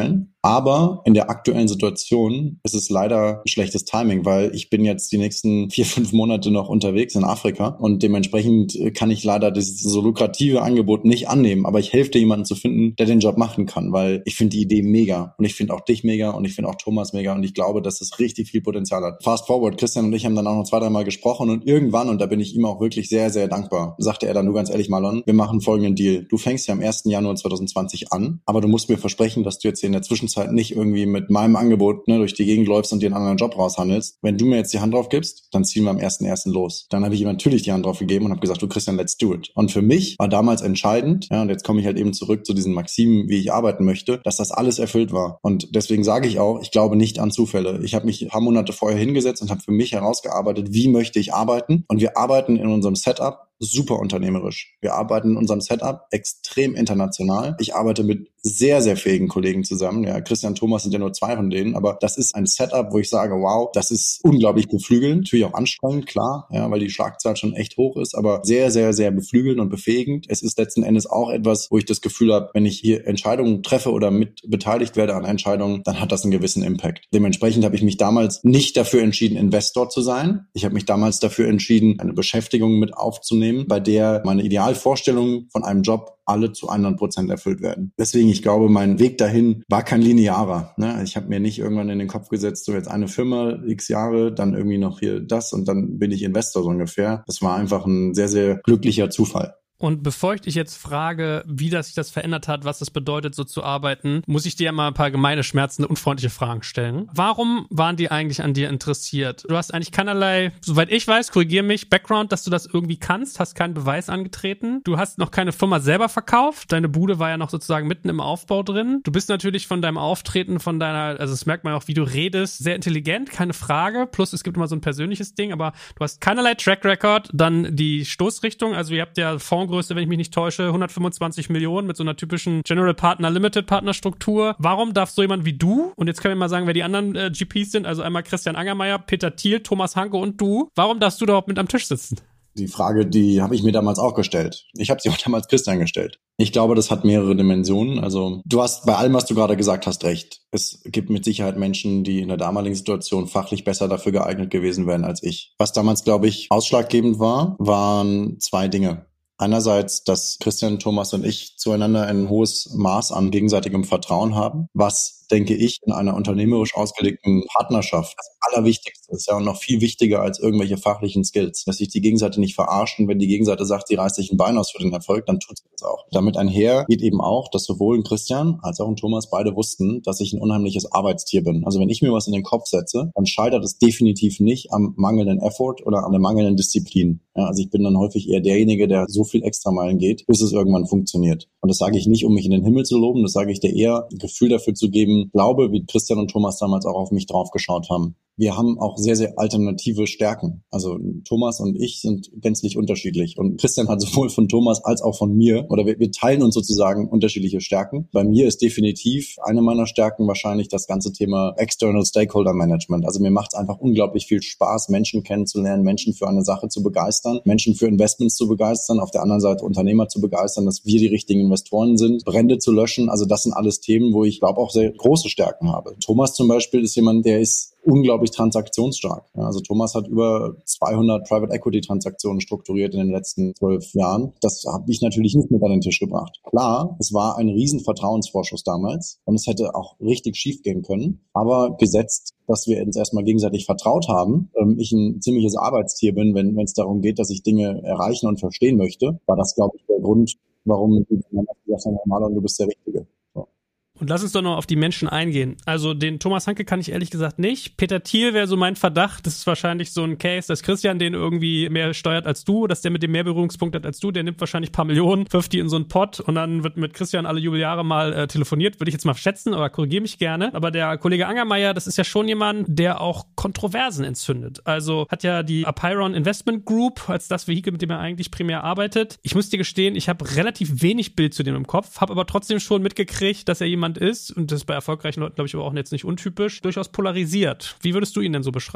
Aber in der aktuellen Situation ist es leider ein schlechtes Timing, weil ich bin jetzt die nächsten vier, fünf Monate noch unterwegs in Afrika und dementsprechend kann ich leider dieses so lukrative Angebot nicht annehmen. Aber ich helfe dir, jemanden zu finden, der den Job machen kann, weil ich finde die Idee mega und ich finde auch dich mega und ich finde auch Thomas mega und ich glaube, dass es richtig viel Potenzial hat. Fast forward, Christian und ich haben dann auch noch zwei, dreimal gesprochen und irgendwann, und da bin ich ihm auch wirklich sehr, sehr dankbar, sagte er dann, du ganz ehrlich, Marlon, wir machen folgenden Deal. Du fängst ja am ersten Januar zwanzig zwanzig an, aber du musst mir versprechen, dass du jetzt in der Zwischenzeit nicht irgendwie mit meinem Angebot ne, durch die Gegend läufst und dir einen anderen Job raushandelst. Wenn du mir jetzt die Hand drauf gibst, dann ziehen wir am ersten ersten los. Dann habe ich ihm natürlich die Hand drauf gegeben und habe gesagt, du Christian, let's do it. Und für mich war damals entscheidend, ja, und jetzt komme ich halt eben zurück zu diesen Maximen, wie ich arbeiten möchte, dass das alles erfüllt war. Und deswegen sage ich auch, ich glaube nicht an Zufälle. Ich habe mich ein paar Monate vorher hingesetzt und habe für mich herausgearbeitet, wie möchte ich arbeiten. Und wir arbeiten in unserem Setup super unternehmerisch. Wir arbeiten in unserem Setup extrem international. Ich arbeite mit sehr, sehr fähigen Kollegen zusammen. Ja, Christian, Thomas sind ja nur zwei von denen, aber das ist ein Setup, wo ich sage, wow, das ist unglaublich beflügelnd. Natürlich auch anstrengend, klar, ja, weil die Schlagzahl schon echt hoch ist, aber sehr, sehr, sehr beflügelnd und befähigend. Es ist letzten Endes auch etwas, wo ich das Gefühl habe, wenn ich hier Entscheidungen treffe oder mit beteiligt werde an Entscheidungen, dann hat das einen gewissen Impact. Dementsprechend habe ich mich damals nicht dafür entschieden, Investor zu sein. Ich habe mich damals dafür entschieden, eine Beschäftigung mit aufzunehmen, bei der meine Idealvorstellungen von einem Job alle zu hundert Prozent erfüllt werden. Deswegen, ich glaube, mein Weg dahin war kein linearer. Ne? Ich habe mir nicht irgendwann in den Kopf gesetzt, so jetzt eine Firma, x Jahre, dann irgendwie noch hier das und dann bin ich Investor so ungefähr. Das war einfach ein sehr, sehr glücklicher Zufall.
Und bevor ich dich jetzt frage, wie das sich das verändert hat, was das bedeutet, so zu arbeiten, muss ich dir mal ein paar gemeine, schmerzende, unfreundliche Fragen stellen. Warum waren die eigentlich an dir interessiert? Du hast eigentlich keinerlei, soweit ich weiß, korrigier mich, Background, dass du das irgendwie kannst, hast keinen Beweis angetreten. Du hast noch keine Firma selber verkauft. Deine Bude war ja noch sozusagen mitten im Aufbau drin. Du bist natürlich von deinem Auftreten, von deiner, also das merkt man auch, wie du redest, sehr intelligent, keine Frage. Plus es gibt immer so ein persönliches Ding, aber du hast keinerlei Track Record. Dann die Stoßrichtung, also ihr habt ja Fonds Größe, wenn ich mich nicht täusche, hundertfünfundzwanzig Millionen mit so einer typischen General Partner Limited Partnerstruktur. Warum darf so jemand wie du, und jetzt können wir mal sagen, wer die anderen äh, G Ps sind, also einmal Christian Angermayer, Peter Thiel, Thomas Hanke und du, warum darfst du da überhaupt mit am Tisch sitzen?
Die Frage, die habe ich mir damals auch gestellt. Ich habe sie auch damals Christian gestellt. Ich glaube, das hat mehrere Dimensionen. Also du hast bei allem, was du gerade gesagt hast, recht. Es gibt mit Sicherheit Menschen, die in der damaligen Situation fachlich besser dafür geeignet gewesen wären als ich. Was damals, glaube ich, ausschlaggebend war, waren zwei Dinge. Einerseits, dass Christian, Thomas und ich zueinander ein hohes Maß an gegenseitigem Vertrauen haben, was, denke ich, in einer unternehmerisch ausgelegten Partnerschaft das Allerwichtigste ist, ja, und noch viel wichtiger als irgendwelche fachlichen Skills. Dass sich die Gegenseite nicht verarscht und wenn die Gegenseite sagt, sie reißt sich ein Bein aus für den Erfolg, dann tut sie das auch. Damit einher geht eben auch, dass sowohl ein Christian als auch ein Thomas beide wussten, dass ich ein unheimliches Arbeitstier bin. Also wenn ich mir was in den Kopf setze, dann scheitert es definitiv nicht am mangelnden Effort oder an der mangelnden Disziplin. Ja, also ich bin dann häufig eher derjenige, der so viel Extrameilen geht, bis es irgendwann funktioniert. Und das sage ich nicht, um mich in den Himmel zu loben, das sage ich dir eher, ein Gefühl dafür zu geben, glaube, wie Christian und Thomas damals auch auf mich draufgeschaut haben. Wir haben auch sehr, sehr alternative Stärken. Also Thomas und ich sind gänzlich unterschiedlich. Und Christian hat sowohl von Thomas als auch von mir, oder wir, wir teilen uns sozusagen unterschiedliche Stärken. Bei mir ist definitiv eine meiner Stärken wahrscheinlich das ganze Thema External Stakeholder Management. Also mir macht es einfach unglaublich viel Spaß, Menschen kennenzulernen, Menschen für eine Sache zu begeistern, Menschen für Investments zu begeistern, auf der anderen Seite Unternehmer zu begeistern, dass wir die richtigen Investoren sind, Brände zu löschen. Also das sind alles Themen, wo ich glaube auch sehr große Stärken habe. Thomas zum Beispiel ist jemand, der ist unglaublich transaktionsstark. Ja, also Thomas hat über zweihundert Private Equity Transaktionen strukturiert in den letzten zwölf Jahren. Das habe ich natürlich nicht mit an den Tisch gebracht. Klar, es war ein riesen Vertrauensvorschuss damals und es hätte auch richtig schief gehen können. Aber gesetzt, dass wir uns erstmal gegenseitig vertraut haben, ähm, ich ein ziemliches Arbeitstier bin, wenn es darum geht, dass ich Dinge erreichen und verstehen möchte, war das, glaube ich, der Grund, warum ich gesagt habe, Marlon, du bist der Richtige.
Und lass uns doch noch auf die Menschen eingehen. Also den Thomas Hanke kann ich ehrlich gesagt nicht. Peter Thiel wäre so mein Verdacht. Das ist wahrscheinlich so ein Case, dass Christian den irgendwie mehr steuert als du, dass der mit dem mehr Berührungspunkt hat als du. Der nimmt wahrscheinlich ein paar Millionen, wirft die in so einen Pott und dann wird mit Christian alle Jubeljahre mal äh, telefoniert. Würde ich jetzt mal schätzen, aber korrigiere mich gerne. Aber der Kollege Angermayer, das ist ja schon jemand, der auch Kontroversen entzündet. Also hat ja die Apeiron Investment Group als das Vehikel, mit dem er eigentlich primär arbeitet. Ich muss dir gestehen, ich habe relativ wenig Bild zu dem im Kopf, habe aber trotzdem schon mitgekriegt, dass er jemand ist, und das ist bei erfolgreichen Leuten, glaube ich, aber auch jetzt nicht untypisch, durchaus polarisiert. Wie würdest du ihn denn so beschreiben?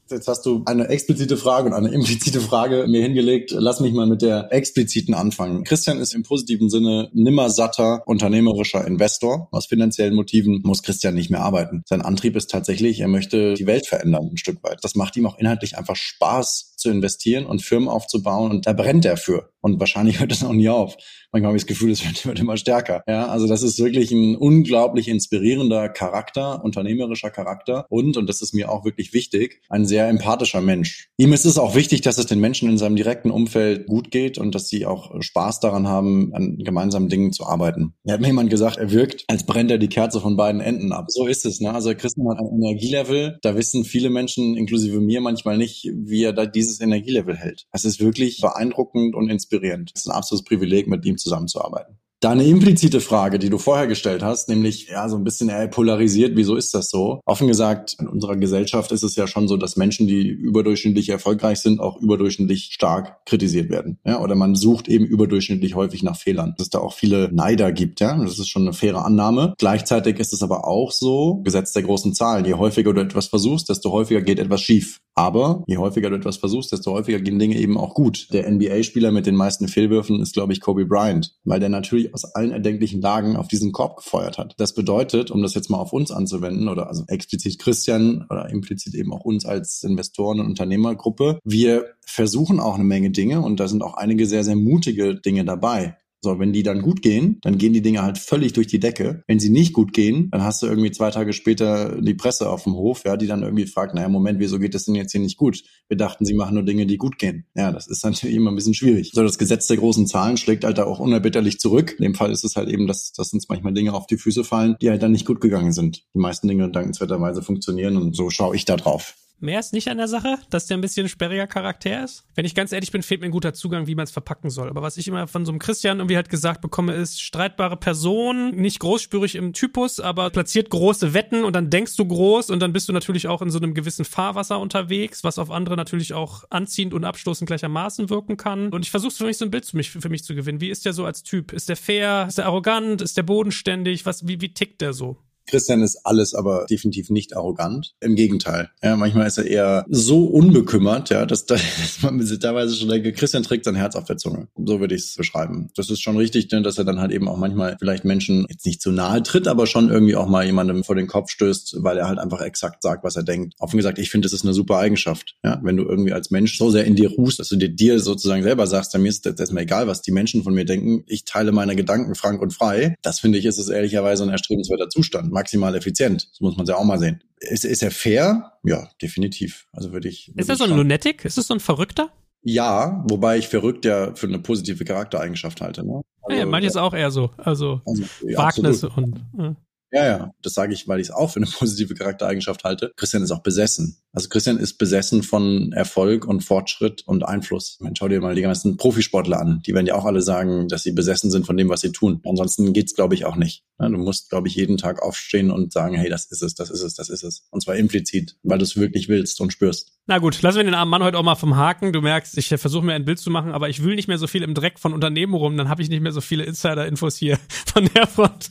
Jetzt hast du eine explizite Frage und eine implizite Frage mir hingelegt. Lass mich mal mit der expliziten anfangen. Christian ist im positiven Sinne nimmersatter, unternehmerischer Investor. Aus finanziellen Motiven muss Christian nicht mehr arbeiten. Sein Antrieb ist tatsächlich, er möchte die Welt verändern ein Stück weit. Das macht ihm auch inhaltlich einfach Spaß zu investieren und Firmen aufzubauen und da brennt er für. Und wahrscheinlich hört das auch nie auf. Manchmal habe ich das Gefühl, es wird, wird immer stärker. Ja, also das ist wirklich ein unglaublich inspirierender Charakter, unternehmerischer Charakter und, und das ist mir auch wirklich wichtig, ein sehr empathischer Mensch. Ihm ist es auch wichtig, dass es den Menschen in seinem direkten Umfeld gut geht und dass sie auch Spaß daran haben, an gemeinsamen Dingen zu arbeiten. Er hat mir jemand gesagt, er wirkt, als brennt er die Kerze von beiden Enden ab. So ist es, ne? Also Christian hat ein Energielevel, da wissen viele Menschen, inklusive mir, manchmal nicht, wie er da dieses Energielevel hält. Es ist wirklich beeindruckend und inspirierend. Es ist ein absolutes Privileg, mit ihm zusammenzuarbeiten. Deine implizite Frage, die du vorher gestellt hast, nämlich ja so ein bisschen eher polarisiert, wieso ist das so? Offen gesagt, in unserer Gesellschaft ist es ja schon so, dass Menschen, die überdurchschnittlich erfolgreich sind, auch überdurchschnittlich stark kritisiert werden. Ja, oder man sucht eben überdurchschnittlich häufig nach Fehlern. Dass es da auch viele Neider gibt, ja, das ist schon eine faire Annahme. Gleichzeitig ist es aber auch so, Gesetz der großen Zahlen, je häufiger du etwas versuchst, desto häufiger geht etwas schief. Aber je häufiger du etwas versuchst, desto häufiger gehen Dinge eben auch gut. Der N B A-Spieler mit den meisten Fehlwürfen ist, glaube ich, Kobe Bryant, weil der natürlich aus allen erdenklichen Lagen auf diesen Korb gefeuert hat. Das bedeutet, um das jetzt mal auf uns anzuwenden, oder also explizit Christian oder implizit eben auch uns als Investoren- und Unternehmergruppe, wir versuchen auch eine Menge Dinge und da sind auch einige sehr, sehr mutige Dinge dabei. So, wenn die dann gut gehen, dann gehen die Dinge halt völlig durch die Decke. Wenn sie nicht gut gehen, dann hast du irgendwie zwei Tage später die Presse auf dem Hof, ja, die dann irgendwie fragt, naja, Moment, wieso geht das denn jetzt hier nicht gut? Wir dachten, sie machen nur Dinge, die gut gehen. Ja, das ist natürlich immer ein bisschen schwierig. So, das Gesetz der großen Zahlen schlägt halt da auch unerbitterlich zurück. In dem Fall ist es halt eben, dass, dass uns manchmal Dinge auf die Füße fallen, die halt dann nicht gut gegangen sind. Die meisten Dinge dankenswerterweise funktionieren und so schaue ich da drauf.
Mehr ist nicht an der Sache, dass der ein bisschen sperriger Charakter ist. Wenn ich ganz ehrlich bin, fehlt mir ein guter Zugang, wie man es verpacken soll. Aber was ich immer von so einem Christian irgendwie halt gesagt bekomme, ist streitbare Person, nicht großspürig im Typus, aber platziert große Wetten und dann denkst du groß und dann bist du natürlich auch in so einem gewissen Fahrwasser unterwegs, was auf andere natürlich auch anziehend und abstoßend gleichermaßen wirken kann. Und ich versuche für mich so ein Bild für mich, für mich zu gewinnen. Wie ist der so als Typ? Ist der fair? Ist der arrogant? Ist der bodenständig? Was, wie, wie tickt der so?
Christian ist alles, aber definitiv nicht arrogant. Im Gegenteil. Ja, manchmal ist er eher so unbekümmert, ja, dass, dass man teilweise schon denkt, Christian trägt sein Herz auf der Zunge. So würde ich es beschreiben. Das ist schon richtig, ne, dass er dann halt eben auch manchmal vielleicht Menschen jetzt nicht zu nahe tritt, aber schon irgendwie auch mal jemandem vor den Kopf stößt, weil er halt einfach exakt sagt, was er denkt. Offen gesagt, ich finde, das ist eine super Eigenschaft. Ja, wenn du irgendwie als Mensch so sehr in dir ruhst, dass du dir, dir sozusagen selber sagst, mir ist das erstmal egal, was die Menschen von mir denken. Ich teile meine Gedanken frank und frei. Das finde ich, ist es ehrlicherweise ein erstrebenswerter Zustand. Maximal effizient. Das muss man ja auch mal sehen. Ist, ist er fair? Ja, definitiv. Also würde ich. Würde
ist er so ein Lunatic? Ist das so ein Verrückter?
Ja, wobei ich verrückt ja für eine positive Charaktereigenschaft halte. Ne?
Also, ja, manches auch eher so. Also, also ja, Wagnis absolut. und. Ja.
Ja, ja, das sage ich, weil ich es auch für eine positive Charaktereigenschaft halte. Christian ist auch besessen. Also Christian ist besessen von Erfolg und Fortschritt und Einfluss. Man, schau dir mal die ganzen Profisportler an. Die werden ja auch alle sagen, dass sie besessen sind von dem, was sie tun. Ansonsten geht's, glaube ich, auch nicht. Du musst, glaube ich, jeden Tag aufstehen und sagen, hey, das ist es, das ist es, das ist es. Und zwar implizit, weil du es wirklich willst und spürst.
Na gut, lassen wir den armen Mann heute auch mal vom Haken. Du merkst, ich versuche mir ein Bild zu machen, aber ich will nicht mehr so viel im Dreck von Unternehmen rum. Dann habe ich nicht mehr so viele Insider-Infos hier von der Front.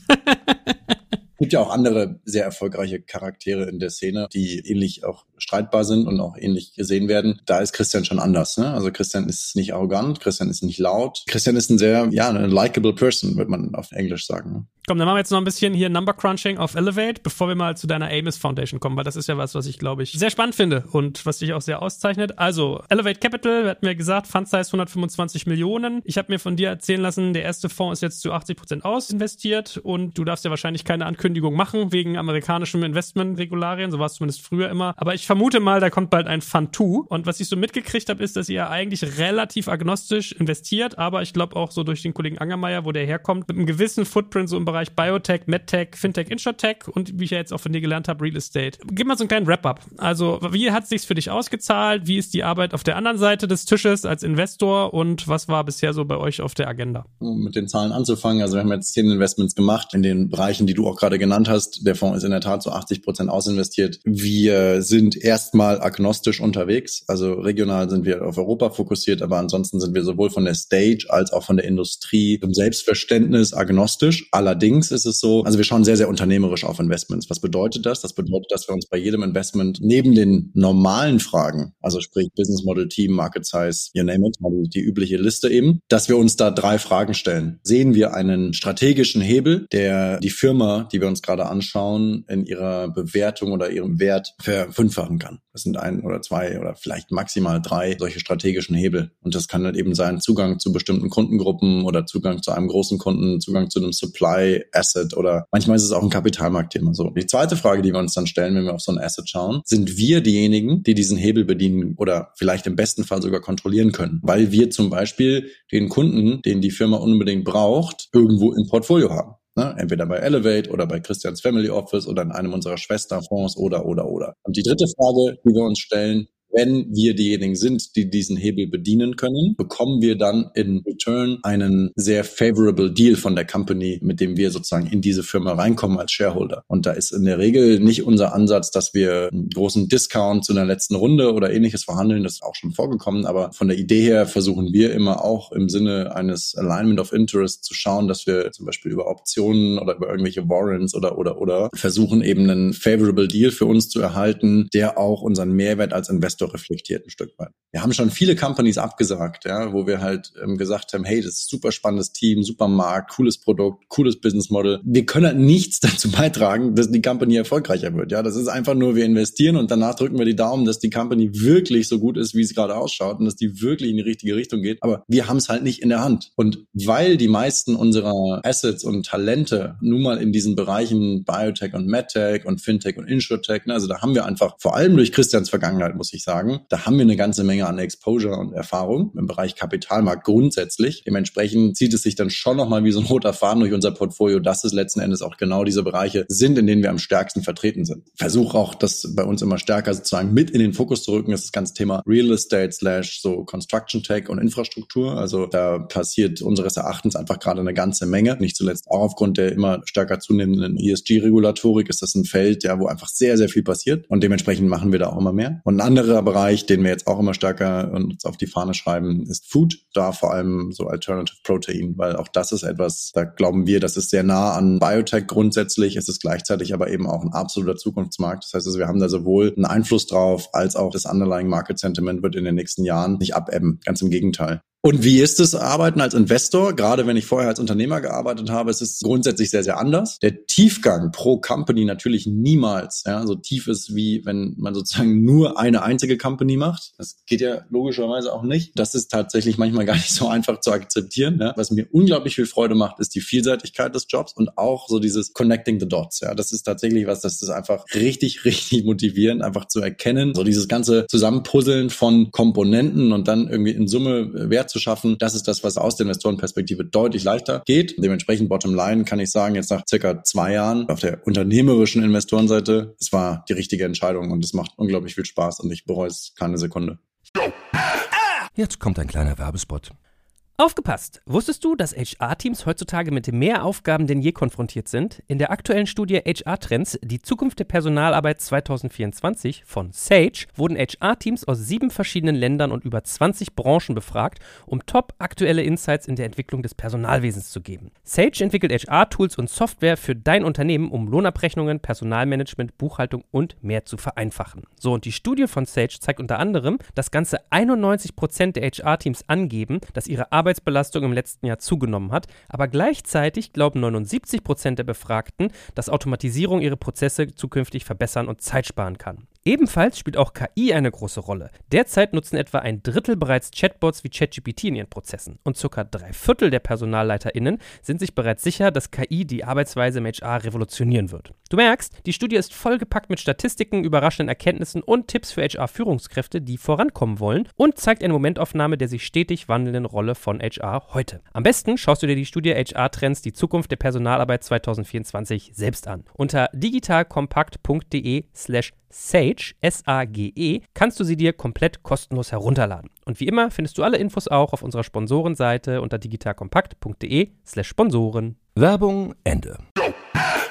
Es gibt ja auch andere sehr erfolgreiche Charaktere in der Szene, die ähnlich auch streitbar sind und auch ähnlich gesehen werden. Da ist Christian schon anders, ne? Also Christian ist nicht arrogant, Christian ist nicht laut. Christian ist ein sehr, ja, eine likable person, würde man auf Englisch sagen. Ne?
Komm, dann machen wir jetzt noch ein bisschen hier Number Crunching auf Elevate, bevor wir mal zu deiner Amos Foundation kommen, weil das ist ja was, was ich, glaube ich, sehr spannend finde und was dich auch sehr auszeichnet. Also, Elevate Capital, wir hatten ja gesagt, Fund Size hundertfünfundzwanzig Millionen. Ich habe mir von dir erzählen lassen, der erste Fonds ist jetzt zu achtzig Prozent ausinvestiert und du darfst ja wahrscheinlich keine Ankündigung machen wegen amerikanischem Investmentregularien, so war es zumindest früher immer. Aber ich vermute mal, da kommt bald ein Fund zwei. Und was ich so mitgekriegt habe, ist, dass ihr eigentlich relativ agnostisch investiert, aber ich glaube auch so durch den Kollegen Angermeier, wo der herkommt, mit einem gewissen Footprint so im Bereich Biotech, Medtech, Fintech, Insurtech und wie ich ja jetzt auch von dir gelernt habe, Real Estate. Gib mal so einen kleinen Wrap-up. Also, wie hat es sich für dich ausgezahlt? Wie ist die Arbeit auf der anderen Seite des Tisches als Investor und was war bisher so bei euch auf der Agenda?
Um mit den Zahlen anzufangen, also wir haben jetzt zehn Investments gemacht in den Bereichen, die du auch gerade genannt genannt hast, der Fonds ist in der Tat zu achtzig Prozent ausinvestiert. Wir sind erstmal agnostisch unterwegs, also regional sind wir auf Europa fokussiert, aber ansonsten sind wir sowohl von der Stage als auch von der Industrie im Selbstverständnis agnostisch. Allerdings ist es so, also wir schauen sehr, sehr unternehmerisch auf Investments. Was bedeutet das? Das bedeutet, dass wir uns bei jedem Investment neben den normalen Fragen, also sprich Business Model, Team, Market Size, you name it, also die übliche Liste eben, dass wir uns da drei Fragen stellen. Sehen wir einen strategischen Hebel, der die Firma, die wir uns gerade anschauen, in ihrer Bewertung oder ihrem Wert verfünffachen kann? Das sind ein oder zwei oder vielleicht maximal drei solche strategischen Hebel. Und das kann halt eben sein Zugang zu bestimmten Kundengruppen oder Zugang zu einem großen Kunden, Zugang zu einem Supply Asset oder manchmal ist es auch ein Kapitalmarktthema. So. Die zweite Frage, die wir uns dann stellen, wenn wir auf so ein Asset schauen, sind wir diejenigen, die diesen Hebel bedienen oder vielleicht im besten Fall sogar kontrollieren können, weil wir zum Beispiel den Kunden, den die Firma unbedingt braucht, irgendwo im Portfolio haben. Ne? Entweder bei Elevate oder bei Christians Family Office oder in einem unserer Schwesterfonds oder, oder, oder. Und die dritte Frage, die wir uns stellen, wenn wir diejenigen sind, die diesen Hebel bedienen können, bekommen wir dann in Return einen sehr favorable Deal von der Company, mit dem wir sozusagen in diese Firma reinkommen als Shareholder. Und da ist in der Regel nicht unser Ansatz, dass wir einen großen Discount zu einer letzten Runde oder ähnliches verhandeln. Das ist auch schon vorgekommen. Aber von der Idee her versuchen wir immer auch im Sinne eines Alignment of Interest zu schauen, dass wir zum Beispiel über Optionen oder über irgendwelche Warrants oder, oder, oder versuchen eben einen favorable Deal für uns zu erhalten, der auch unseren Mehrwert als Investor reflektiert ein Stück weit. Wir haben schon viele Companies abgesagt, ja, wo wir halt ähm, gesagt haben, hey, das ist ein super spannendes Team, super Markt, cooles Produkt, cooles Business Model. Wir können halt nichts dazu beitragen, dass die Company erfolgreicher wird. Ja, das ist einfach nur, wir investieren und danach drücken wir die Daumen, dass die Company wirklich so gut ist, wie es gerade ausschaut und dass die wirklich in die richtige Richtung geht. Aber wir haben es halt nicht in der Hand. Und weil die meisten unserer Assets und Talente nun mal in diesen Bereichen Biotech und MedTech und Fintech und Insurtech, ne, also da haben wir einfach, vor allem durch Christians Vergangenheit, muss ich sagen, da haben wir eine ganze Menge an Exposure und Erfahrung im Bereich Kapitalmarkt grundsätzlich. Dementsprechend zieht es sich dann schon nochmal wie so ein roter Faden durch unser Portfolio, dass es letzten Endes auch genau diese Bereiche sind, in denen wir am stärksten vertreten sind. Versuche auch, das bei uns immer stärker sozusagen mit in den Fokus zu rücken, ist das ganze Thema Real Estate slash so Construction Tech und Infrastruktur. Also da passiert unseres Erachtens einfach gerade eine ganze Menge. Nicht zuletzt auch aufgrund der immer stärker zunehmenden E S G-Regulatorik ist das ein Feld, ja, wo einfach sehr, sehr viel passiert und dementsprechend machen wir da auch immer mehr. Und ein anderer Bereich, den wir jetzt auch immer stärker uns auf die Fahne schreiben, ist Food. Da vor allem so Alternative Protein, weil auch das ist etwas, da glauben wir, das ist sehr nah an Biotech grundsätzlich. Es ist gleichzeitig aber eben auch ein absoluter Zukunftsmarkt. Das heißt also, wir haben da sowohl einen Einfluss drauf, als auch das Underlying Market Sentiment wird in den nächsten Jahren nicht abebben. Ganz im Gegenteil. Und wie ist es Arbeiten als Investor? Gerade wenn ich vorher als Unternehmer gearbeitet habe, es ist grundsätzlich sehr, sehr anders. Der Tiefgang pro Company natürlich niemals, ja, so tief ist, wie wenn man sozusagen nur eine einzige Company macht. Das geht ja logischerweise auch nicht. Das ist tatsächlich manchmal gar nicht so einfach zu akzeptieren. Ja. Was mir unglaublich viel Freude macht, ist die Vielseitigkeit des Jobs und auch so dieses Connecting the Dots. Ja, das ist tatsächlich was, das ist einfach richtig, richtig motivierend, einfach zu erkennen. So dieses ganze Zusammenpuzzeln von Komponenten und dann irgendwie in Summe Wert zu schaffen, das ist das, was aus der Investorenperspektive deutlich leichter geht. Dementsprechend Bottomline kann ich sagen, jetzt nach circa zwei Jahren auf der unternehmerischen Investorenseite, es war die richtige Entscheidung und es macht unglaublich viel Spaß und ich bereue es keine Sekunde.
Jetzt kommt ein kleiner Werbespot.
Aufgepasst! Wusstest du, dass H R-Teams heutzutage mit mehr Aufgaben denn je konfrontiert sind? In der aktuellen Studie H R-Trends, die Zukunft der Personalarbeit zwanzig vierundzwanzig von Sage, wurden H R-Teams aus sieben verschiedenen Ländern und über zwanzig Branchen befragt, um top aktuelle Insights in der Entwicklung des Personalwesens zu geben. Sage entwickelt H R-Tools und Software für dein Unternehmen, um Lohnabrechnungen, Personalmanagement, Buchhaltung und mehr zu vereinfachen. So, und die Studie von Sage zeigt unter anderem, dass ganze einundneunzig Prozent der H R-Teams angeben, dass ihre Arbeit Arbeitsbelastung im letzten Jahr zugenommen hat, aber gleichzeitig glauben neunundsiebzig Prozent der Befragten, dass Automatisierung ihre Prozesse zukünftig verbessern und Zeit sparen kann. Ebenfalls spielt auch K I eine große Rolle. Derzeit nutzen etwa ein Drittel bereits Chatbots wie ChatGPT in ihren Prozessen und circa drei Viertel der PersonalleiterInnen sind sich bereits sicher, dass K I die Arbeitsweise im H R revolutionieren wird. Du merkst, die Studie ist vollgepackt mit Statistiken, überraschenden Erkenntnissen und Tipps für H R-Führungskräfte, die vorankommen wollen und zeigt eine Momentaufnahme der sich stetig wandelnden Rolle von H R heute. Am besten schaust du dir die Studie H R-Trends, die Zukunft der Personalarbeit zwanzig vierundzwanzig selbst an. Unter digitalkompakt.de slash Sage, S A G E, kannst du sie dir komplett kostenlos herunterladen. Und wie immer findest du alle Infos auch auf unserer Sponsorenseite unter digitalkompakt.de slash Sponsoren.
Werbung Ende.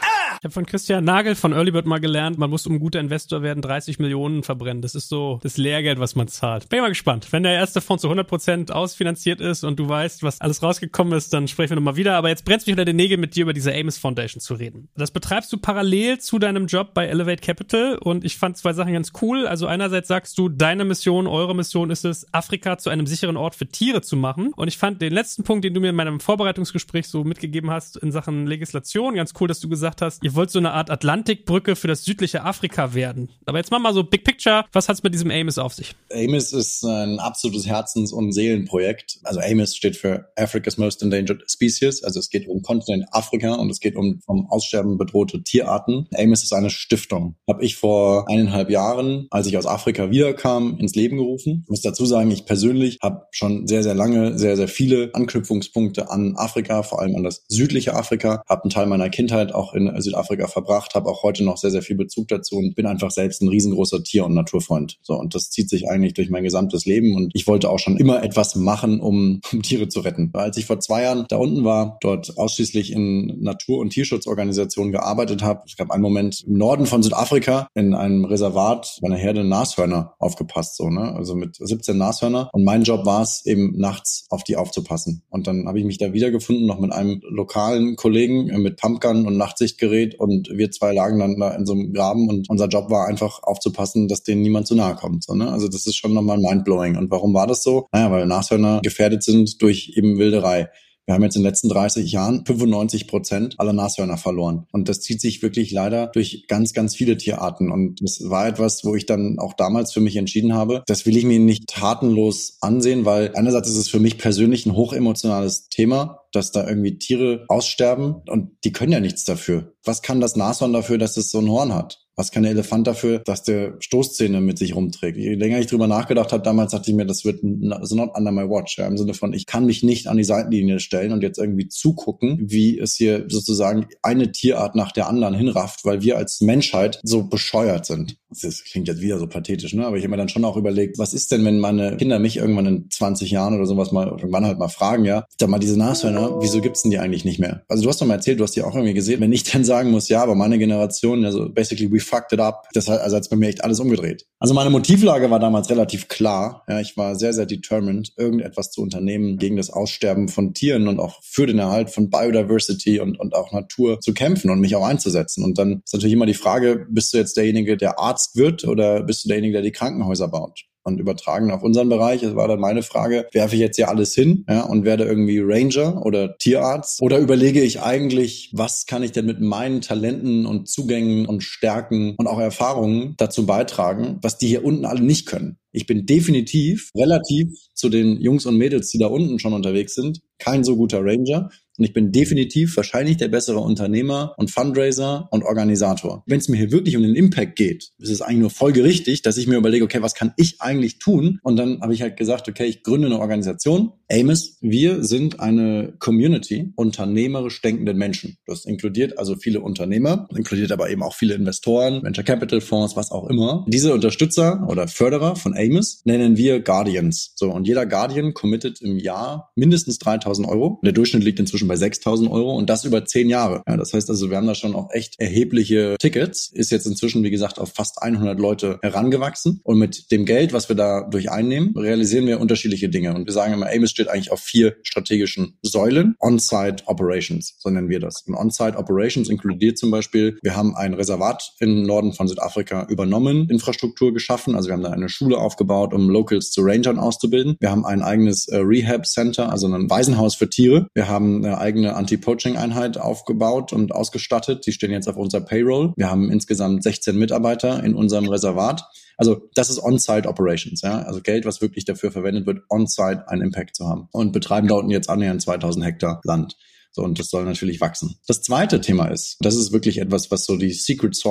Ich habe von Christian Nagel von Earlybird mal gelernt, man muss, um ein guter Investor werden, dreißig Millionen verbrennen. Das ist so das Lehrgeld, was man zahlt. Bin mal gespannt. Wenn der erste Fonds zu hundert Prozent ausfinanziert ist und du weißt, was alles rausgekommen ist, dann sprechen wir nochmal wieder. Aber jetzt brennt's mich unter den Nägeln, mit dir über diese Amos Foundation zu reden. Das betreibst du parallel zu deinem Job bei Elevate Capital und ich fand zwei Sachen ganz cool. Also einerseits sagst du, deine Mission, eure Mission ist es, Afrika zu einem sicheren Ort für Tiere zu machen. Und ich fand den letzten Punkt, den du mir in meinem Vorbereitungsgespräch so mitgegeben hast in Sachen Legislation, ganz cool, dass du gesagt hast, ihr wollt so eine Art Atlantikbrücke für das südliche Afrika werden. Aber jetzt mach mal so Big Picture, was hat's mit diesem Amos auf sich?
Amos ist ein absolutes Herzens- und Seelenprojekt. Also Amos steht für Africa's Most Endangered Species. Also es geht um Kontinent Afrika und es geht um vom Aussterben bedrohte Tierarten. Amos ist eine Stiftung. Habe ich vor eineinhalb Jahren, als ich aus Afrika wiederkam, ins Leben gerufen. Ich muss dazu sagen, ich persönlich habe schon sehr, sehr lange, sehr, sehr viele Anknüpfungspunkte an Afrika, vor allem an das südliche Afrika. Habe einen Teil meiner Kindheit auch in Südafrika verbracht, habe auch heute noch sehr, sehr viel Bezug dazu und bin einfach selbst ein riesengroßer Tier- und Naturfreund. So, und das zieht sich eigentlich durch mein gesamtes Leben und ich wollte auch schon immer etwas machen, um, um Tiere zu retten. Als ich vor zwei Jahren da unten war, dort ausschließlich in Natur- und Tierschutzorganisationen gearbeitet habe, es gab einen Moment im Norden von Südafrika in einem Reservat bei einer Herde Nashörner aufgepasst, so, ne, also mit siebzehn Nashörner und mein Job war es eben nachts auf die aufzupassen und dann habe ich mich da wiedergefunden, noch mit einem lokalen Kollegen äh, mit Pumpgun und Nachtsichtgerät und wir zwei lagen dann da in so einem Graben und unser Job war einfach aufzupassen, dass denen niemand zu nahe kommt, so, ne, also das ist schon nochmal mindblowing. Und warum war das so? Naja, weil Nashörner gefährdet sind durch eben Wilderei. Wir haben jetzt in den letzten dreißig Jahren fünfundneunzig Prozent aller Nashörner verloren. Und das zieht sich wirklich leider durch ganz, ganz viele Tierarten. Und das war etwas, wo ich dann auch damals für mich entschieden habe, das will ich mir nicht tatenlos ansehen, weil einerseits ist es für mich persönlich ein hochemotionales Thema, dass da irgendwie Tiere aussterben und die können ja nichts dafür. Was kann das Nashorn dafür, dass es so ein Horn hat? Was kann der Elefant dafür, dass der Stoßzähne mit sich rumträgt? Je länger ich drüber nachgedacht habe, damals dachte ich mir, das wird so not under my watch. Ja, im Sinne von, ich kann mich nicht an die Seitenlinie stellen und jetzt irgendwie zugucken, wie es hier sozusagen eine Tierart nach der anderen hinrafft, weil wir als Menschheit so bescheuert sind. Das klingt jetzt wieder so pathetisch, ne? Aber ich habe mir dann schon auch überlegt, was ist denn, wenn meine Kinder mich irgendwann in zwanzig Jahren oder sowas mal irgendwann halt mal fragen, ja, sag mal, diese Nashörner, wieso gibt's denn die eigentlich nicht mehr? Also du hast doch mal erzählt, du hast die auch irgendwie gesehen. Wenn ich dann sagen muss, ja, aber meine Generation, also basically we fucked it up, das hat also als bei mir echt alles umgedreht. Also meine Motivlage war damals relativ klar. Ja, ich war sehr, sehr determined, irgendetwas zu unternehmen gegen das Aussterben von Tieren und auch für den Erhalt von Biodiversity und, und auch Natur zu kämpfen und mich auch einzusetzen. Und dann ist natürlich immer die Frage, bist du jetzt derjenige, der Arzt wird oder bist du derjenige, der die Krankenhäuser baut? Und übertragen auf unseren Bereich, das war dann meine Frage, werfe ich jetzt hier alles hin, ja, und werde irgendwie Ranger oder Tierarzt? Oder überlege ich eigentlich, was kann ich denn mit meinen Talenten und Zugängen und Stärken und auch Erfahrungen dazu beitragen, was die hier unten alle nicht können? Ich bin definitiv relativ zu den Jungs und Mädels, die da unten schon unterwegs sind, kein so guter Ranger. Und ich bin definitiv wahrscheinlich der bessere Unternehmer und Fundraiser und Organisator. Wenn es mir hier wirklich um den Impact geht, ist es eigentlich nur folgerichtig, dass ich mir überlege, okay, was kann ich eigentlich tun? Und dann habe ich halt gesagt, okay, ich gründe eine Organisation. Amos, wir sind eine Community unternehmerisch denkenden Menschen. Das inkludiert also viele Unternehmer, inkludiert aber eben auch viele Investoren, Venture Capital Fonds, was auch immer. Diese Unterstützer oder Förderer von Amos nennen wir Guardians. So, und jeder Guardian committet im Jahr mindestens dreitausend Euro. Der Durchschnitt liegt inzwischen bei sechstausend Euro und das über zehn Jahre. Ja, das heißt also, wir haben da schon auch echt erhebliche Tickets. Ist jetzt inzwischen, wie gesagt, auf fast hundert Leute herangewachsen. Und mit dem Geld, was wir dadurch einnehmen, realisieren wir unterschiedliche Dinge. Und wir sagen immer, Amos steht eigentlich auf vier strategischen Säulen. On-Site Operations, so nennen wir das. Und On-Site Operations inkludiert zum Beispiel, wir haben ein Reservat im Norden von Südafrika übernommen, Infrastruktur geschaffen. Also wir haben da eine Schule aufgebaut, um Locals zu Rangern auszubilden. Wir haben ein eigenes äh, Rehab Center, also ein Waisenhaus für Tiere. Wir haben eine eigene Anti-Poaching-Einheit aufgebaut und ausgestattet. Die stehen jetzt auf unserer Payroll. Wir haben insgesamt sechzehn Mitarbeiter in unserem Reservat. Also das ist On-Site Operations, ja, also Geld, was wirklich dafür verwendet wird, On-Site einen Impact zu haben. Und betreiben da unten jetzt annähernd zweitausend Hektar Land. So, und das soll natürlich wachsen. Das zweite Thema ist, das ist wirklich etwas, was so die Secret Source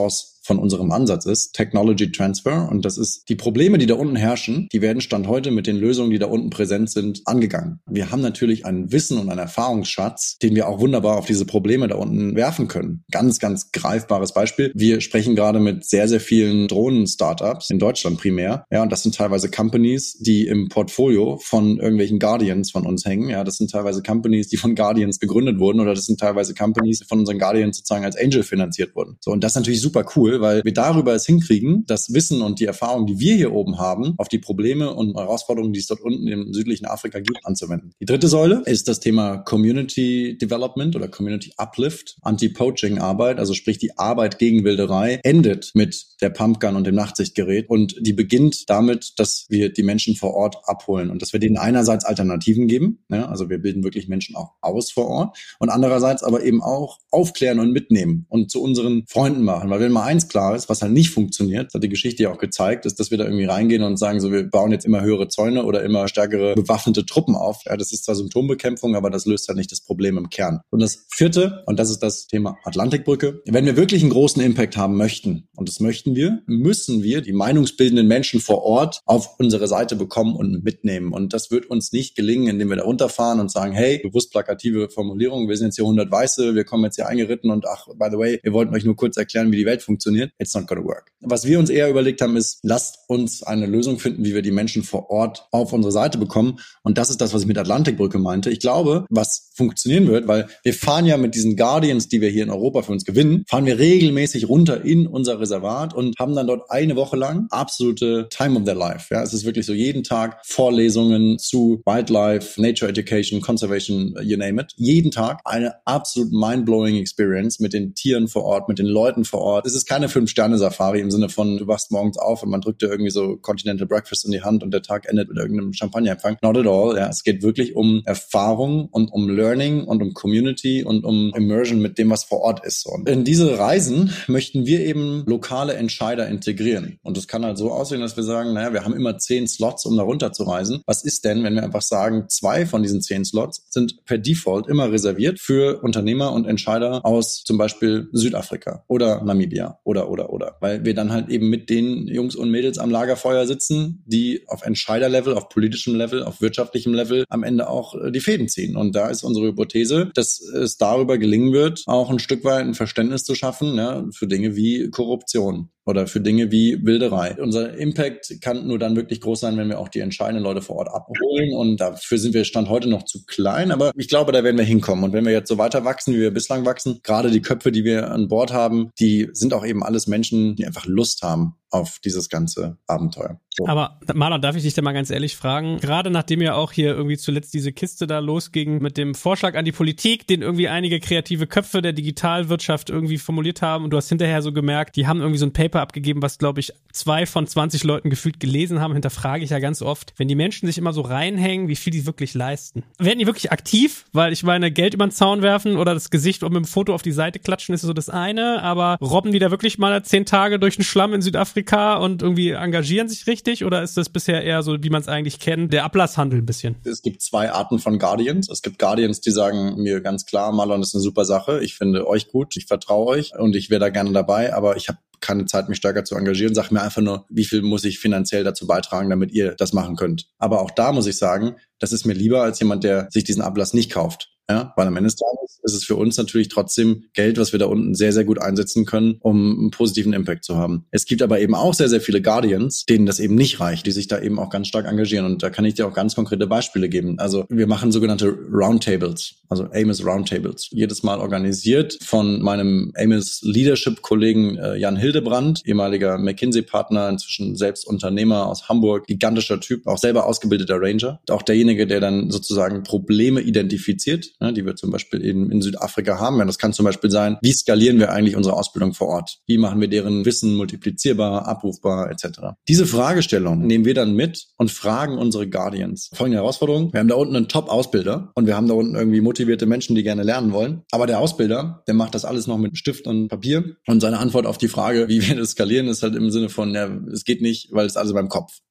von unserem Ansatz ist, Technology Transfer. Und das ist, die Probleme, die da unten herrschen, die werden Stand heute mit den Lösungen, die da unten präsent sind, angegangen. Wir haben natürlich ein Wissen und einen Erfahrungsschatz, den wir auch wunderbar auf diese Probleme da unten werfen können. Ganz, ganz greifbares Beispiel. Wir sprechen gerade mit sehr, sehr vielen Drohnen-Startups in Deutschland primär. Ja, und das sind teilweise Companies, die im Portfolio von irgendwelchen Guardians von uns hängen. Ja, das sind teilweise Companies, die von Guardians gegründet wurden, oder das sind teilweise Companies, die von unseren Guardians sozusagen als Angel finanziert wurden. So, und das ist natürlich super cool, weil wir darüber es hinkriegen, das Wissen und die Erfahrung, die wir hier oben haben, auf die Probleme und Herausforderungen, die es dort unten im südlichen Afrika gibt, anzuwenden. Die dritte Säule ist das Thema Community Development oder Community Uplift, Anti-Poaching-Arbeit, also sprich die Arbeit gegen Wilderei, endet mit der Pumpgun und dem Nachtsichtgerät und die beginnt damit, dass wir die Menschen vor Ort abholen und dass wir denen einerseits Alternativen geben, ja, also wir bilden wirklich Menschen auch aus vor Ort und andererseits aber eben auch aufklären und mitnehmen und zu unseren Freunden machen, weil wenn mal eins klar ist, was halt nicht funktioniert, das hat die Geschichte ja auch gezeigt, ist, dass wir da irgendwie reingehen und sagen, so wir bauen jetzt immer höhere Zäune oder immer stärkere bewaffnete Truppen auf. Ja, das ist zwar Symptombekämpfung, aber das löst halt nicht das Problem im Kern. Und das vierte, und das ist das Thema Atlantikbrücke, wenn wir wirklich einen großen Impact haben möchten, und das möchten wir, müssen wir die meinungsbildenden Menschen vor Ort auf unsere Seite bekommen und mitnehmen. Und das wird uns nicht gelingen, indem wir da runterfahren und sagen, hey, bewusst plakative Formulierung, wir sind jetzt hier hundert Weiße, wir kommen jetzt hier eingeritten und ach, by the way, wir wollten euch nur kurz erklären, wie die Welt funktioniert. It's not gonna work. Was wir uns eher überlegt haben, ist, lasst uns eine Lösung finden, wie wir die Menschen vor Ort auf unsere Seite bekommen. Und das ist das, was ich mit Atlantikbrücke meinte. Ich glaube, was funktionieren wird, weil wir fahren ja mit diesen Guardians, die wir hier in Europa für uns gewinnen, fahren wir regelmäßig runter in unser Reservat und haben dann dort eine Woche lang absolute Time of their life. Ja, es ist wirklich so jeden Tag Vorlesungen zu Wildlife, Nature Education, Conservation, you name it. Jeden Tag eine absolut mind-blowing Experience mit den Tieren vor Ort, mit den Leuten vor Ort. Es ist keine Fünf-Sterne-Safari im Sinne von, du wachst morgens auf und man drückt dir irgendwie so Continental Breakfast in die Hand und der Tag endet mit irgendeinem Champagnerempfang. Not at all. Ja, es geht wirklich um Erfahrung und um Learning und um Community und um Immersion mit dem, was vor Ort ist. Und in diese Reisen möchten wir eben lokale Entscheider integrieren. Und das kann halt so aussehen, dass wir sagen, naja, wir haben immer zehn Slots, um da runter zu reisen. Was ist denn, wenn wir einfach sagen, zwei von diesen zehn Slots sind per Default immer reserviert für Unternehmer und Entscheider aus zum Beispiel Südafrika oder Namibia oder, oder, oder. Weil wir dann halt eben mit den Jungs und Mädels am Lagerfeuer sitzen, die auf Entscheiderlevel, auf politischem Level, auf wirtschaftlichem Level am Ende auch die Fäden ziehen. Und da ist unsere Hypothese, dass es darüber gelingen wird, auch ein Stück weit ein Verständnis zu schaffen, ja, für Dinge wie Korruption oder für Dinge wie Wilderei. Unser Impact kann nur dann wirklich groß sein, wenn wir auch die entscheidenden Leute vor Ort abholen. Und dafür sind wir Stand heute noch zu klein. Aber ich glaube, da werden wir hinkommen. Und wenn wir jetzt so weiter wachsen, wie wir bislang wachsen, gerade die Köpfe, die wir an Bord haben, die sind auch eben alles Menschen, die einfach Lust haben auf dieses ganze Abenteuer. So.
Aber Marlon, darf ich dich da mal ganz ehrlich fragen? Gerade nachdem ja auch hier irgendwie zuletzt diese Kiste da losging mit dem Vorschlag an die Politik, den irgendwie einige kreative Köpfe der Digitalwirtschaft irgendwie formuliert haben und du hast hinterher so gemerkt, die haben irgendwie so ein Paper abgegeben, was glaube ich zwei von zwanzig Leuten gefühlt gelesen haben, hinterfrage ich ja ganz oft, wenn die Menschen sich immer so reinhängen, wie viel die wirklich leisten. Werden die wirklich aktiv? Weil ich meine, Geld über den Zaun werfen oder das Gesicht und mit dem Foto auf die Seite klatschen ist so das eine, aber robben die da wirklich mal zehn Tage durch den Schlamm in Südafrika und irgendwie engagieren sich richtig oder ist das bisher eher so, wie man es eigentlich kennt, der Ablasshandel ein bisschen?
Es gibt zwei Arten von Guardians. Es gibt Guardians, die sagen mir ganz klar, Marlon ist eine super Sache, ich finde euch gut, ich vertraue euch und ich wäre da gerne dabei, aber ich habe keine Zeit, mich stärker zu engagieren. Sag mir einfach nur, wie viel muss ich finanziell dazu beitragen, damit ihr das machen könnt. Aber auch da muss ich sagen, das ist mir lieber als jemand, der sich diesen Ablass nicht kauft. Ja, weil am Ende des Tages ist es für uns natürlich trotzdem Geld, was wir da unten sehr, sehr gut einsetzen können, um einen positiven Impact zu haben. Es gibt aber eben auch sehr, sehr viele Guardians, denen das eben nicht reicht, die sich da eben auch ganz stark engagieren. Und da kann ich dir auch ganz konkrete Beispiele geben. Also wir machen sogenannte Roundtables, also Amos Roundtables. Jedes Mal organisiert von meinem Amos Leadership-Kollegen äh, Jan Hildebrand, ehemaliger McKinsey-Partner, inzwischen selbst Unternehmer aus Hamburg, gigantischer Typ, auch selber ausgebildeter Ranger. Auch derjenige, der dann sozusagen Probleme identifiziert, die wir zum Beispiel in, in Südafrika haben. Ja, das kann zum Beispiel sein, wie skalieren wir eigentlich unsere Ausbildung vor Ort? Wie machen wir deren Wissen multiplizierbar, abrufbar et cetera. Diese Fragestellung nehmen wir dann mit und fragen unsere Guardians. Folgende Herausforderung. Wir haben da unten einen Top-Ausbilder und wir haben da unten irgendwie motivierte Menschen, die gerne lernen wollen. Aber der Ausbilder, der macht das alles noch mit Stift und Papier und seine Antwort auf die Frage, wie wir das skalieren, ist halt im Sinne von, ja, es geht nicht, weil es alles beim Kopf.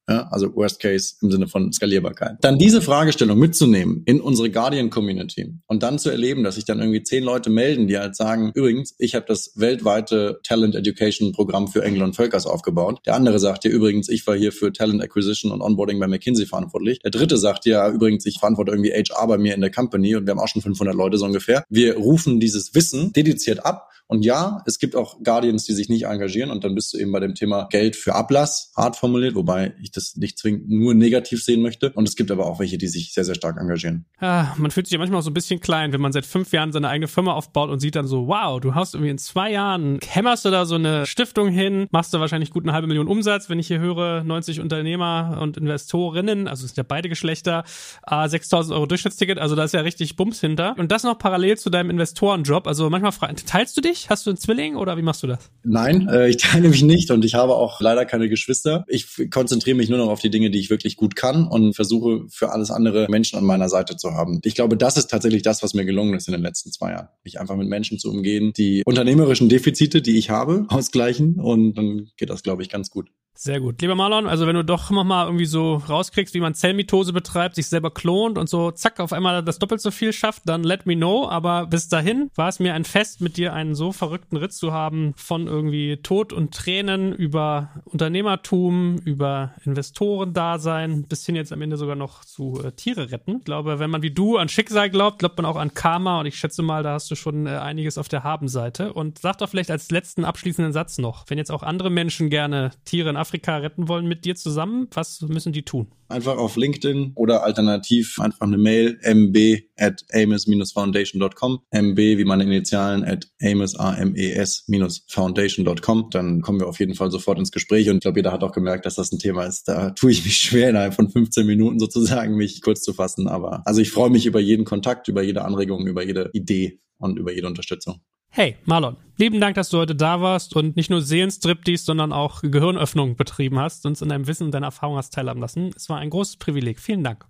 Ja, also Worst Case im Sinne von Skalierbarkeit. Dann diese Fragestellung mitzunehmen in unsere Guardian-Community und dann zu erleben, dass sich dann irgendwie zehn Leute melden, die halt sagen, übrigens, ich habe das weltweite Talent Education Programm für Engel und Völkers aufgebaut. Der andere sagt dir übrigens, ich war hier für Talent Acquisition und Onboarding bei McKinsey verantwortlich. Der dritte sagt dir, übrigens, ich verantworte irgendwie H R bei mir in der Company und wir haben auch schon fünfhundert Leute so ungefähr. Wir rufen dieses Wissen dediziert ab. Und ja, es gibt auch Guardians, die sich nicht engagieren und dann bist du eben bei dem Thema Geld für Ablass, hart formuliert, wobei ich das nicht zwingend nur negativ sehen möchte. Und es gibt aber auch welche, die sich sehr, sehr stark engagieren.
Ja, man fühlt sich ja manchmal auch so ein bisschen klein, wenn man seit fünf Jahren seine eigene Firma aufbaut und sieht dann so, wow, du hast irgendwie in zwei Jahren, hämmerst du da so eine Stiftung hin, machst du wahrscheinlich gut eine halbe Million Umsatz, wenn ich hier höre, neunzig Unternehmer und Investorinnen, also es sind ja beide Geschlechter, äh, sechstausend Euro Durchschnittsticket, also da ist ja richtig Bums hinter. Und das noch parallel zu deinem Investorenjob, also manchmal fra- teilst du dich? Hast du einen Zwilling oder wie machst du das?
Nein, äh, ich teile mich nicht und ich habe auch leider keine Geschwister. Ich f- konzentriere mich nur noch auf die Dinge, die ich wirklich gut kann und versuche für alles andere Menschen an meiner Seite zu haben. Ich glaube, das ist tatsächlich das, was mir gelungen ist in den letzten zwei Jahren. Mich einfach mit Menschen zu umgehen, die unternehmerischen Defizite, die ich habe, ausgleichen und dann geht das, glaube ich, ganz gut.
Sehr gut. Lieber Marlon, also wenn du doch nochmal irgendwie so rauskriegst, wie man Zellmitose betreibt, sich selber klont und so zack, auf einmal das doppelt so viel schafft, dann let me know. Aber bis dahin war es mir ein Fest, mit dir einen so verrückten Ritt zu haben, von irgendwie Tod und Tränen über Unternehmertum, über Investorendasein, bis hin jetzt am Ende sogar noch zu äh, Tiere retten. Ich glaube, wenn man wie du an Schicksal glaubt, glaubt man auch an Karma und ich schätze mal, da hast du schon äh, einiges auf der Habenseite. Und sag doch vielleicht als letzten abschließenden Satz noch, wenn jetzt auch andere Menschen gerne Tiere in Afrika retten wollen mit dir zusammen, was müssen die tun?
Einfach auf LinkedIn oder alternativ einfach eine Mail mb at ames dash foundation dot com, mb wie meine Initialen at ames, a m e s foundation dot com. Dann kommen wir auf jeden Fall sofort ins Gespräch und ich glaube, jeder hat auch gemerkt, dass das ein Thema ist. Da tue ich mich schwer, innerhalb von fünfzehn Minuten sozusagen mich kurz zu fassen. Aber also ich freue mich über jeden Kontakt, über jede Anregung, über jede Idee und über jede Unterstützung.
Hey, Marlon, lieben Dank, dass du heute da warst und nicht nur Seelenstriptease, sondern auch Gehirnöffnung betrieben hast, uns in deinem Wissen und deiner Erfahrung hast teilhaben lassen. Es war ein großes Privileg. Vielen Dank.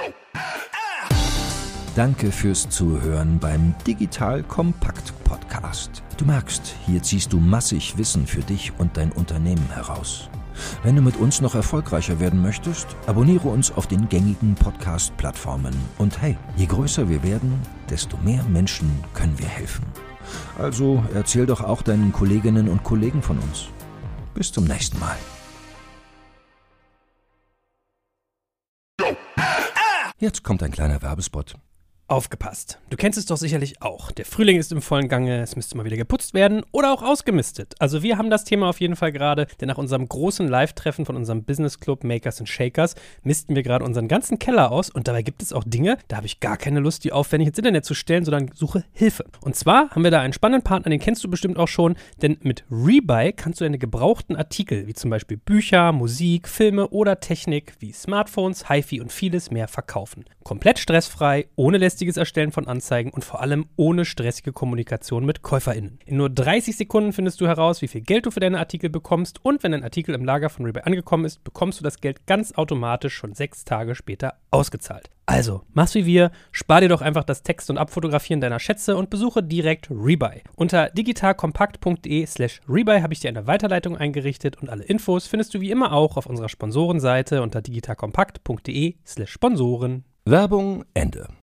Danke fürs Zuhören beim Digital Kompakt Podcast. Du merkst, hier ziehst du massig Wissen für dich und dein Unternehmen heraus. Wenn du mit uns noch erfolgreicher werden möchtest, abonniere uns auf den gängigen Podcast-Plattformen. Und hey, je größer wir werden, desto mehr Menschen können wir helfen. Also erzähl doch auch deinen Kolleginnen und Kollegen von uns. Bis zum nächsten Mal. Jetzt kommt ein kleiner Werbespot.
Aufgepasst. Du kennst es doch sicherlich auch. Der Frühling ist im vollen Gange, es müsste mal wieder geputzt werden oder auch ausgemistet. Also wir haben das Thema auf jeden Fall gerade, denn nach unserem großen Live-Treffen von unserem Business Club Makers and Shakers misten wir gerade unseren ganzen Keller aus und dabei gibt es auch Dinge, da habe ich gar keine Lust, die aufwendig ins Internet zu stellen, sondern suche Hilfe. Und zwar haben wir da einen spannenden Partner, den kennst du bestimmt auch schon, denn mit Rebuy kannst du deine gebrauchten Artikel, wie zum Beispiel Bücher, Musik, Filme oder Technik wie Smartphones, HiFi und vieles mehr verkaufen. Komplett stressfrei, ohne lästiges Erstellen von Anzeigen und vor allem ohne stressige Kommunikation mit KäuferInnen. In nur dreißig Sekunden findest du heraus, wie viel Geld du für deine Artikel bekommst und wenn ein Artikel im Lager von Rebuy angekommen ist, bekommst du das Geld ganz automatisch schon sechs Tage später ausgezahlt. Also, mach's wie wir, spar dir doch einfach das Text- und Abfotografieren deiner Schätze und besuche direkt Rebuy. Unter digitalkompakt.de slash Rebuy habe ich dir eine Weiterleitung eingerichtet und alle Infos findest du wie immer auch auf unserer Sponsorenseite unter digitalkompakt.de slash Sponsoren.
Werbung Ende.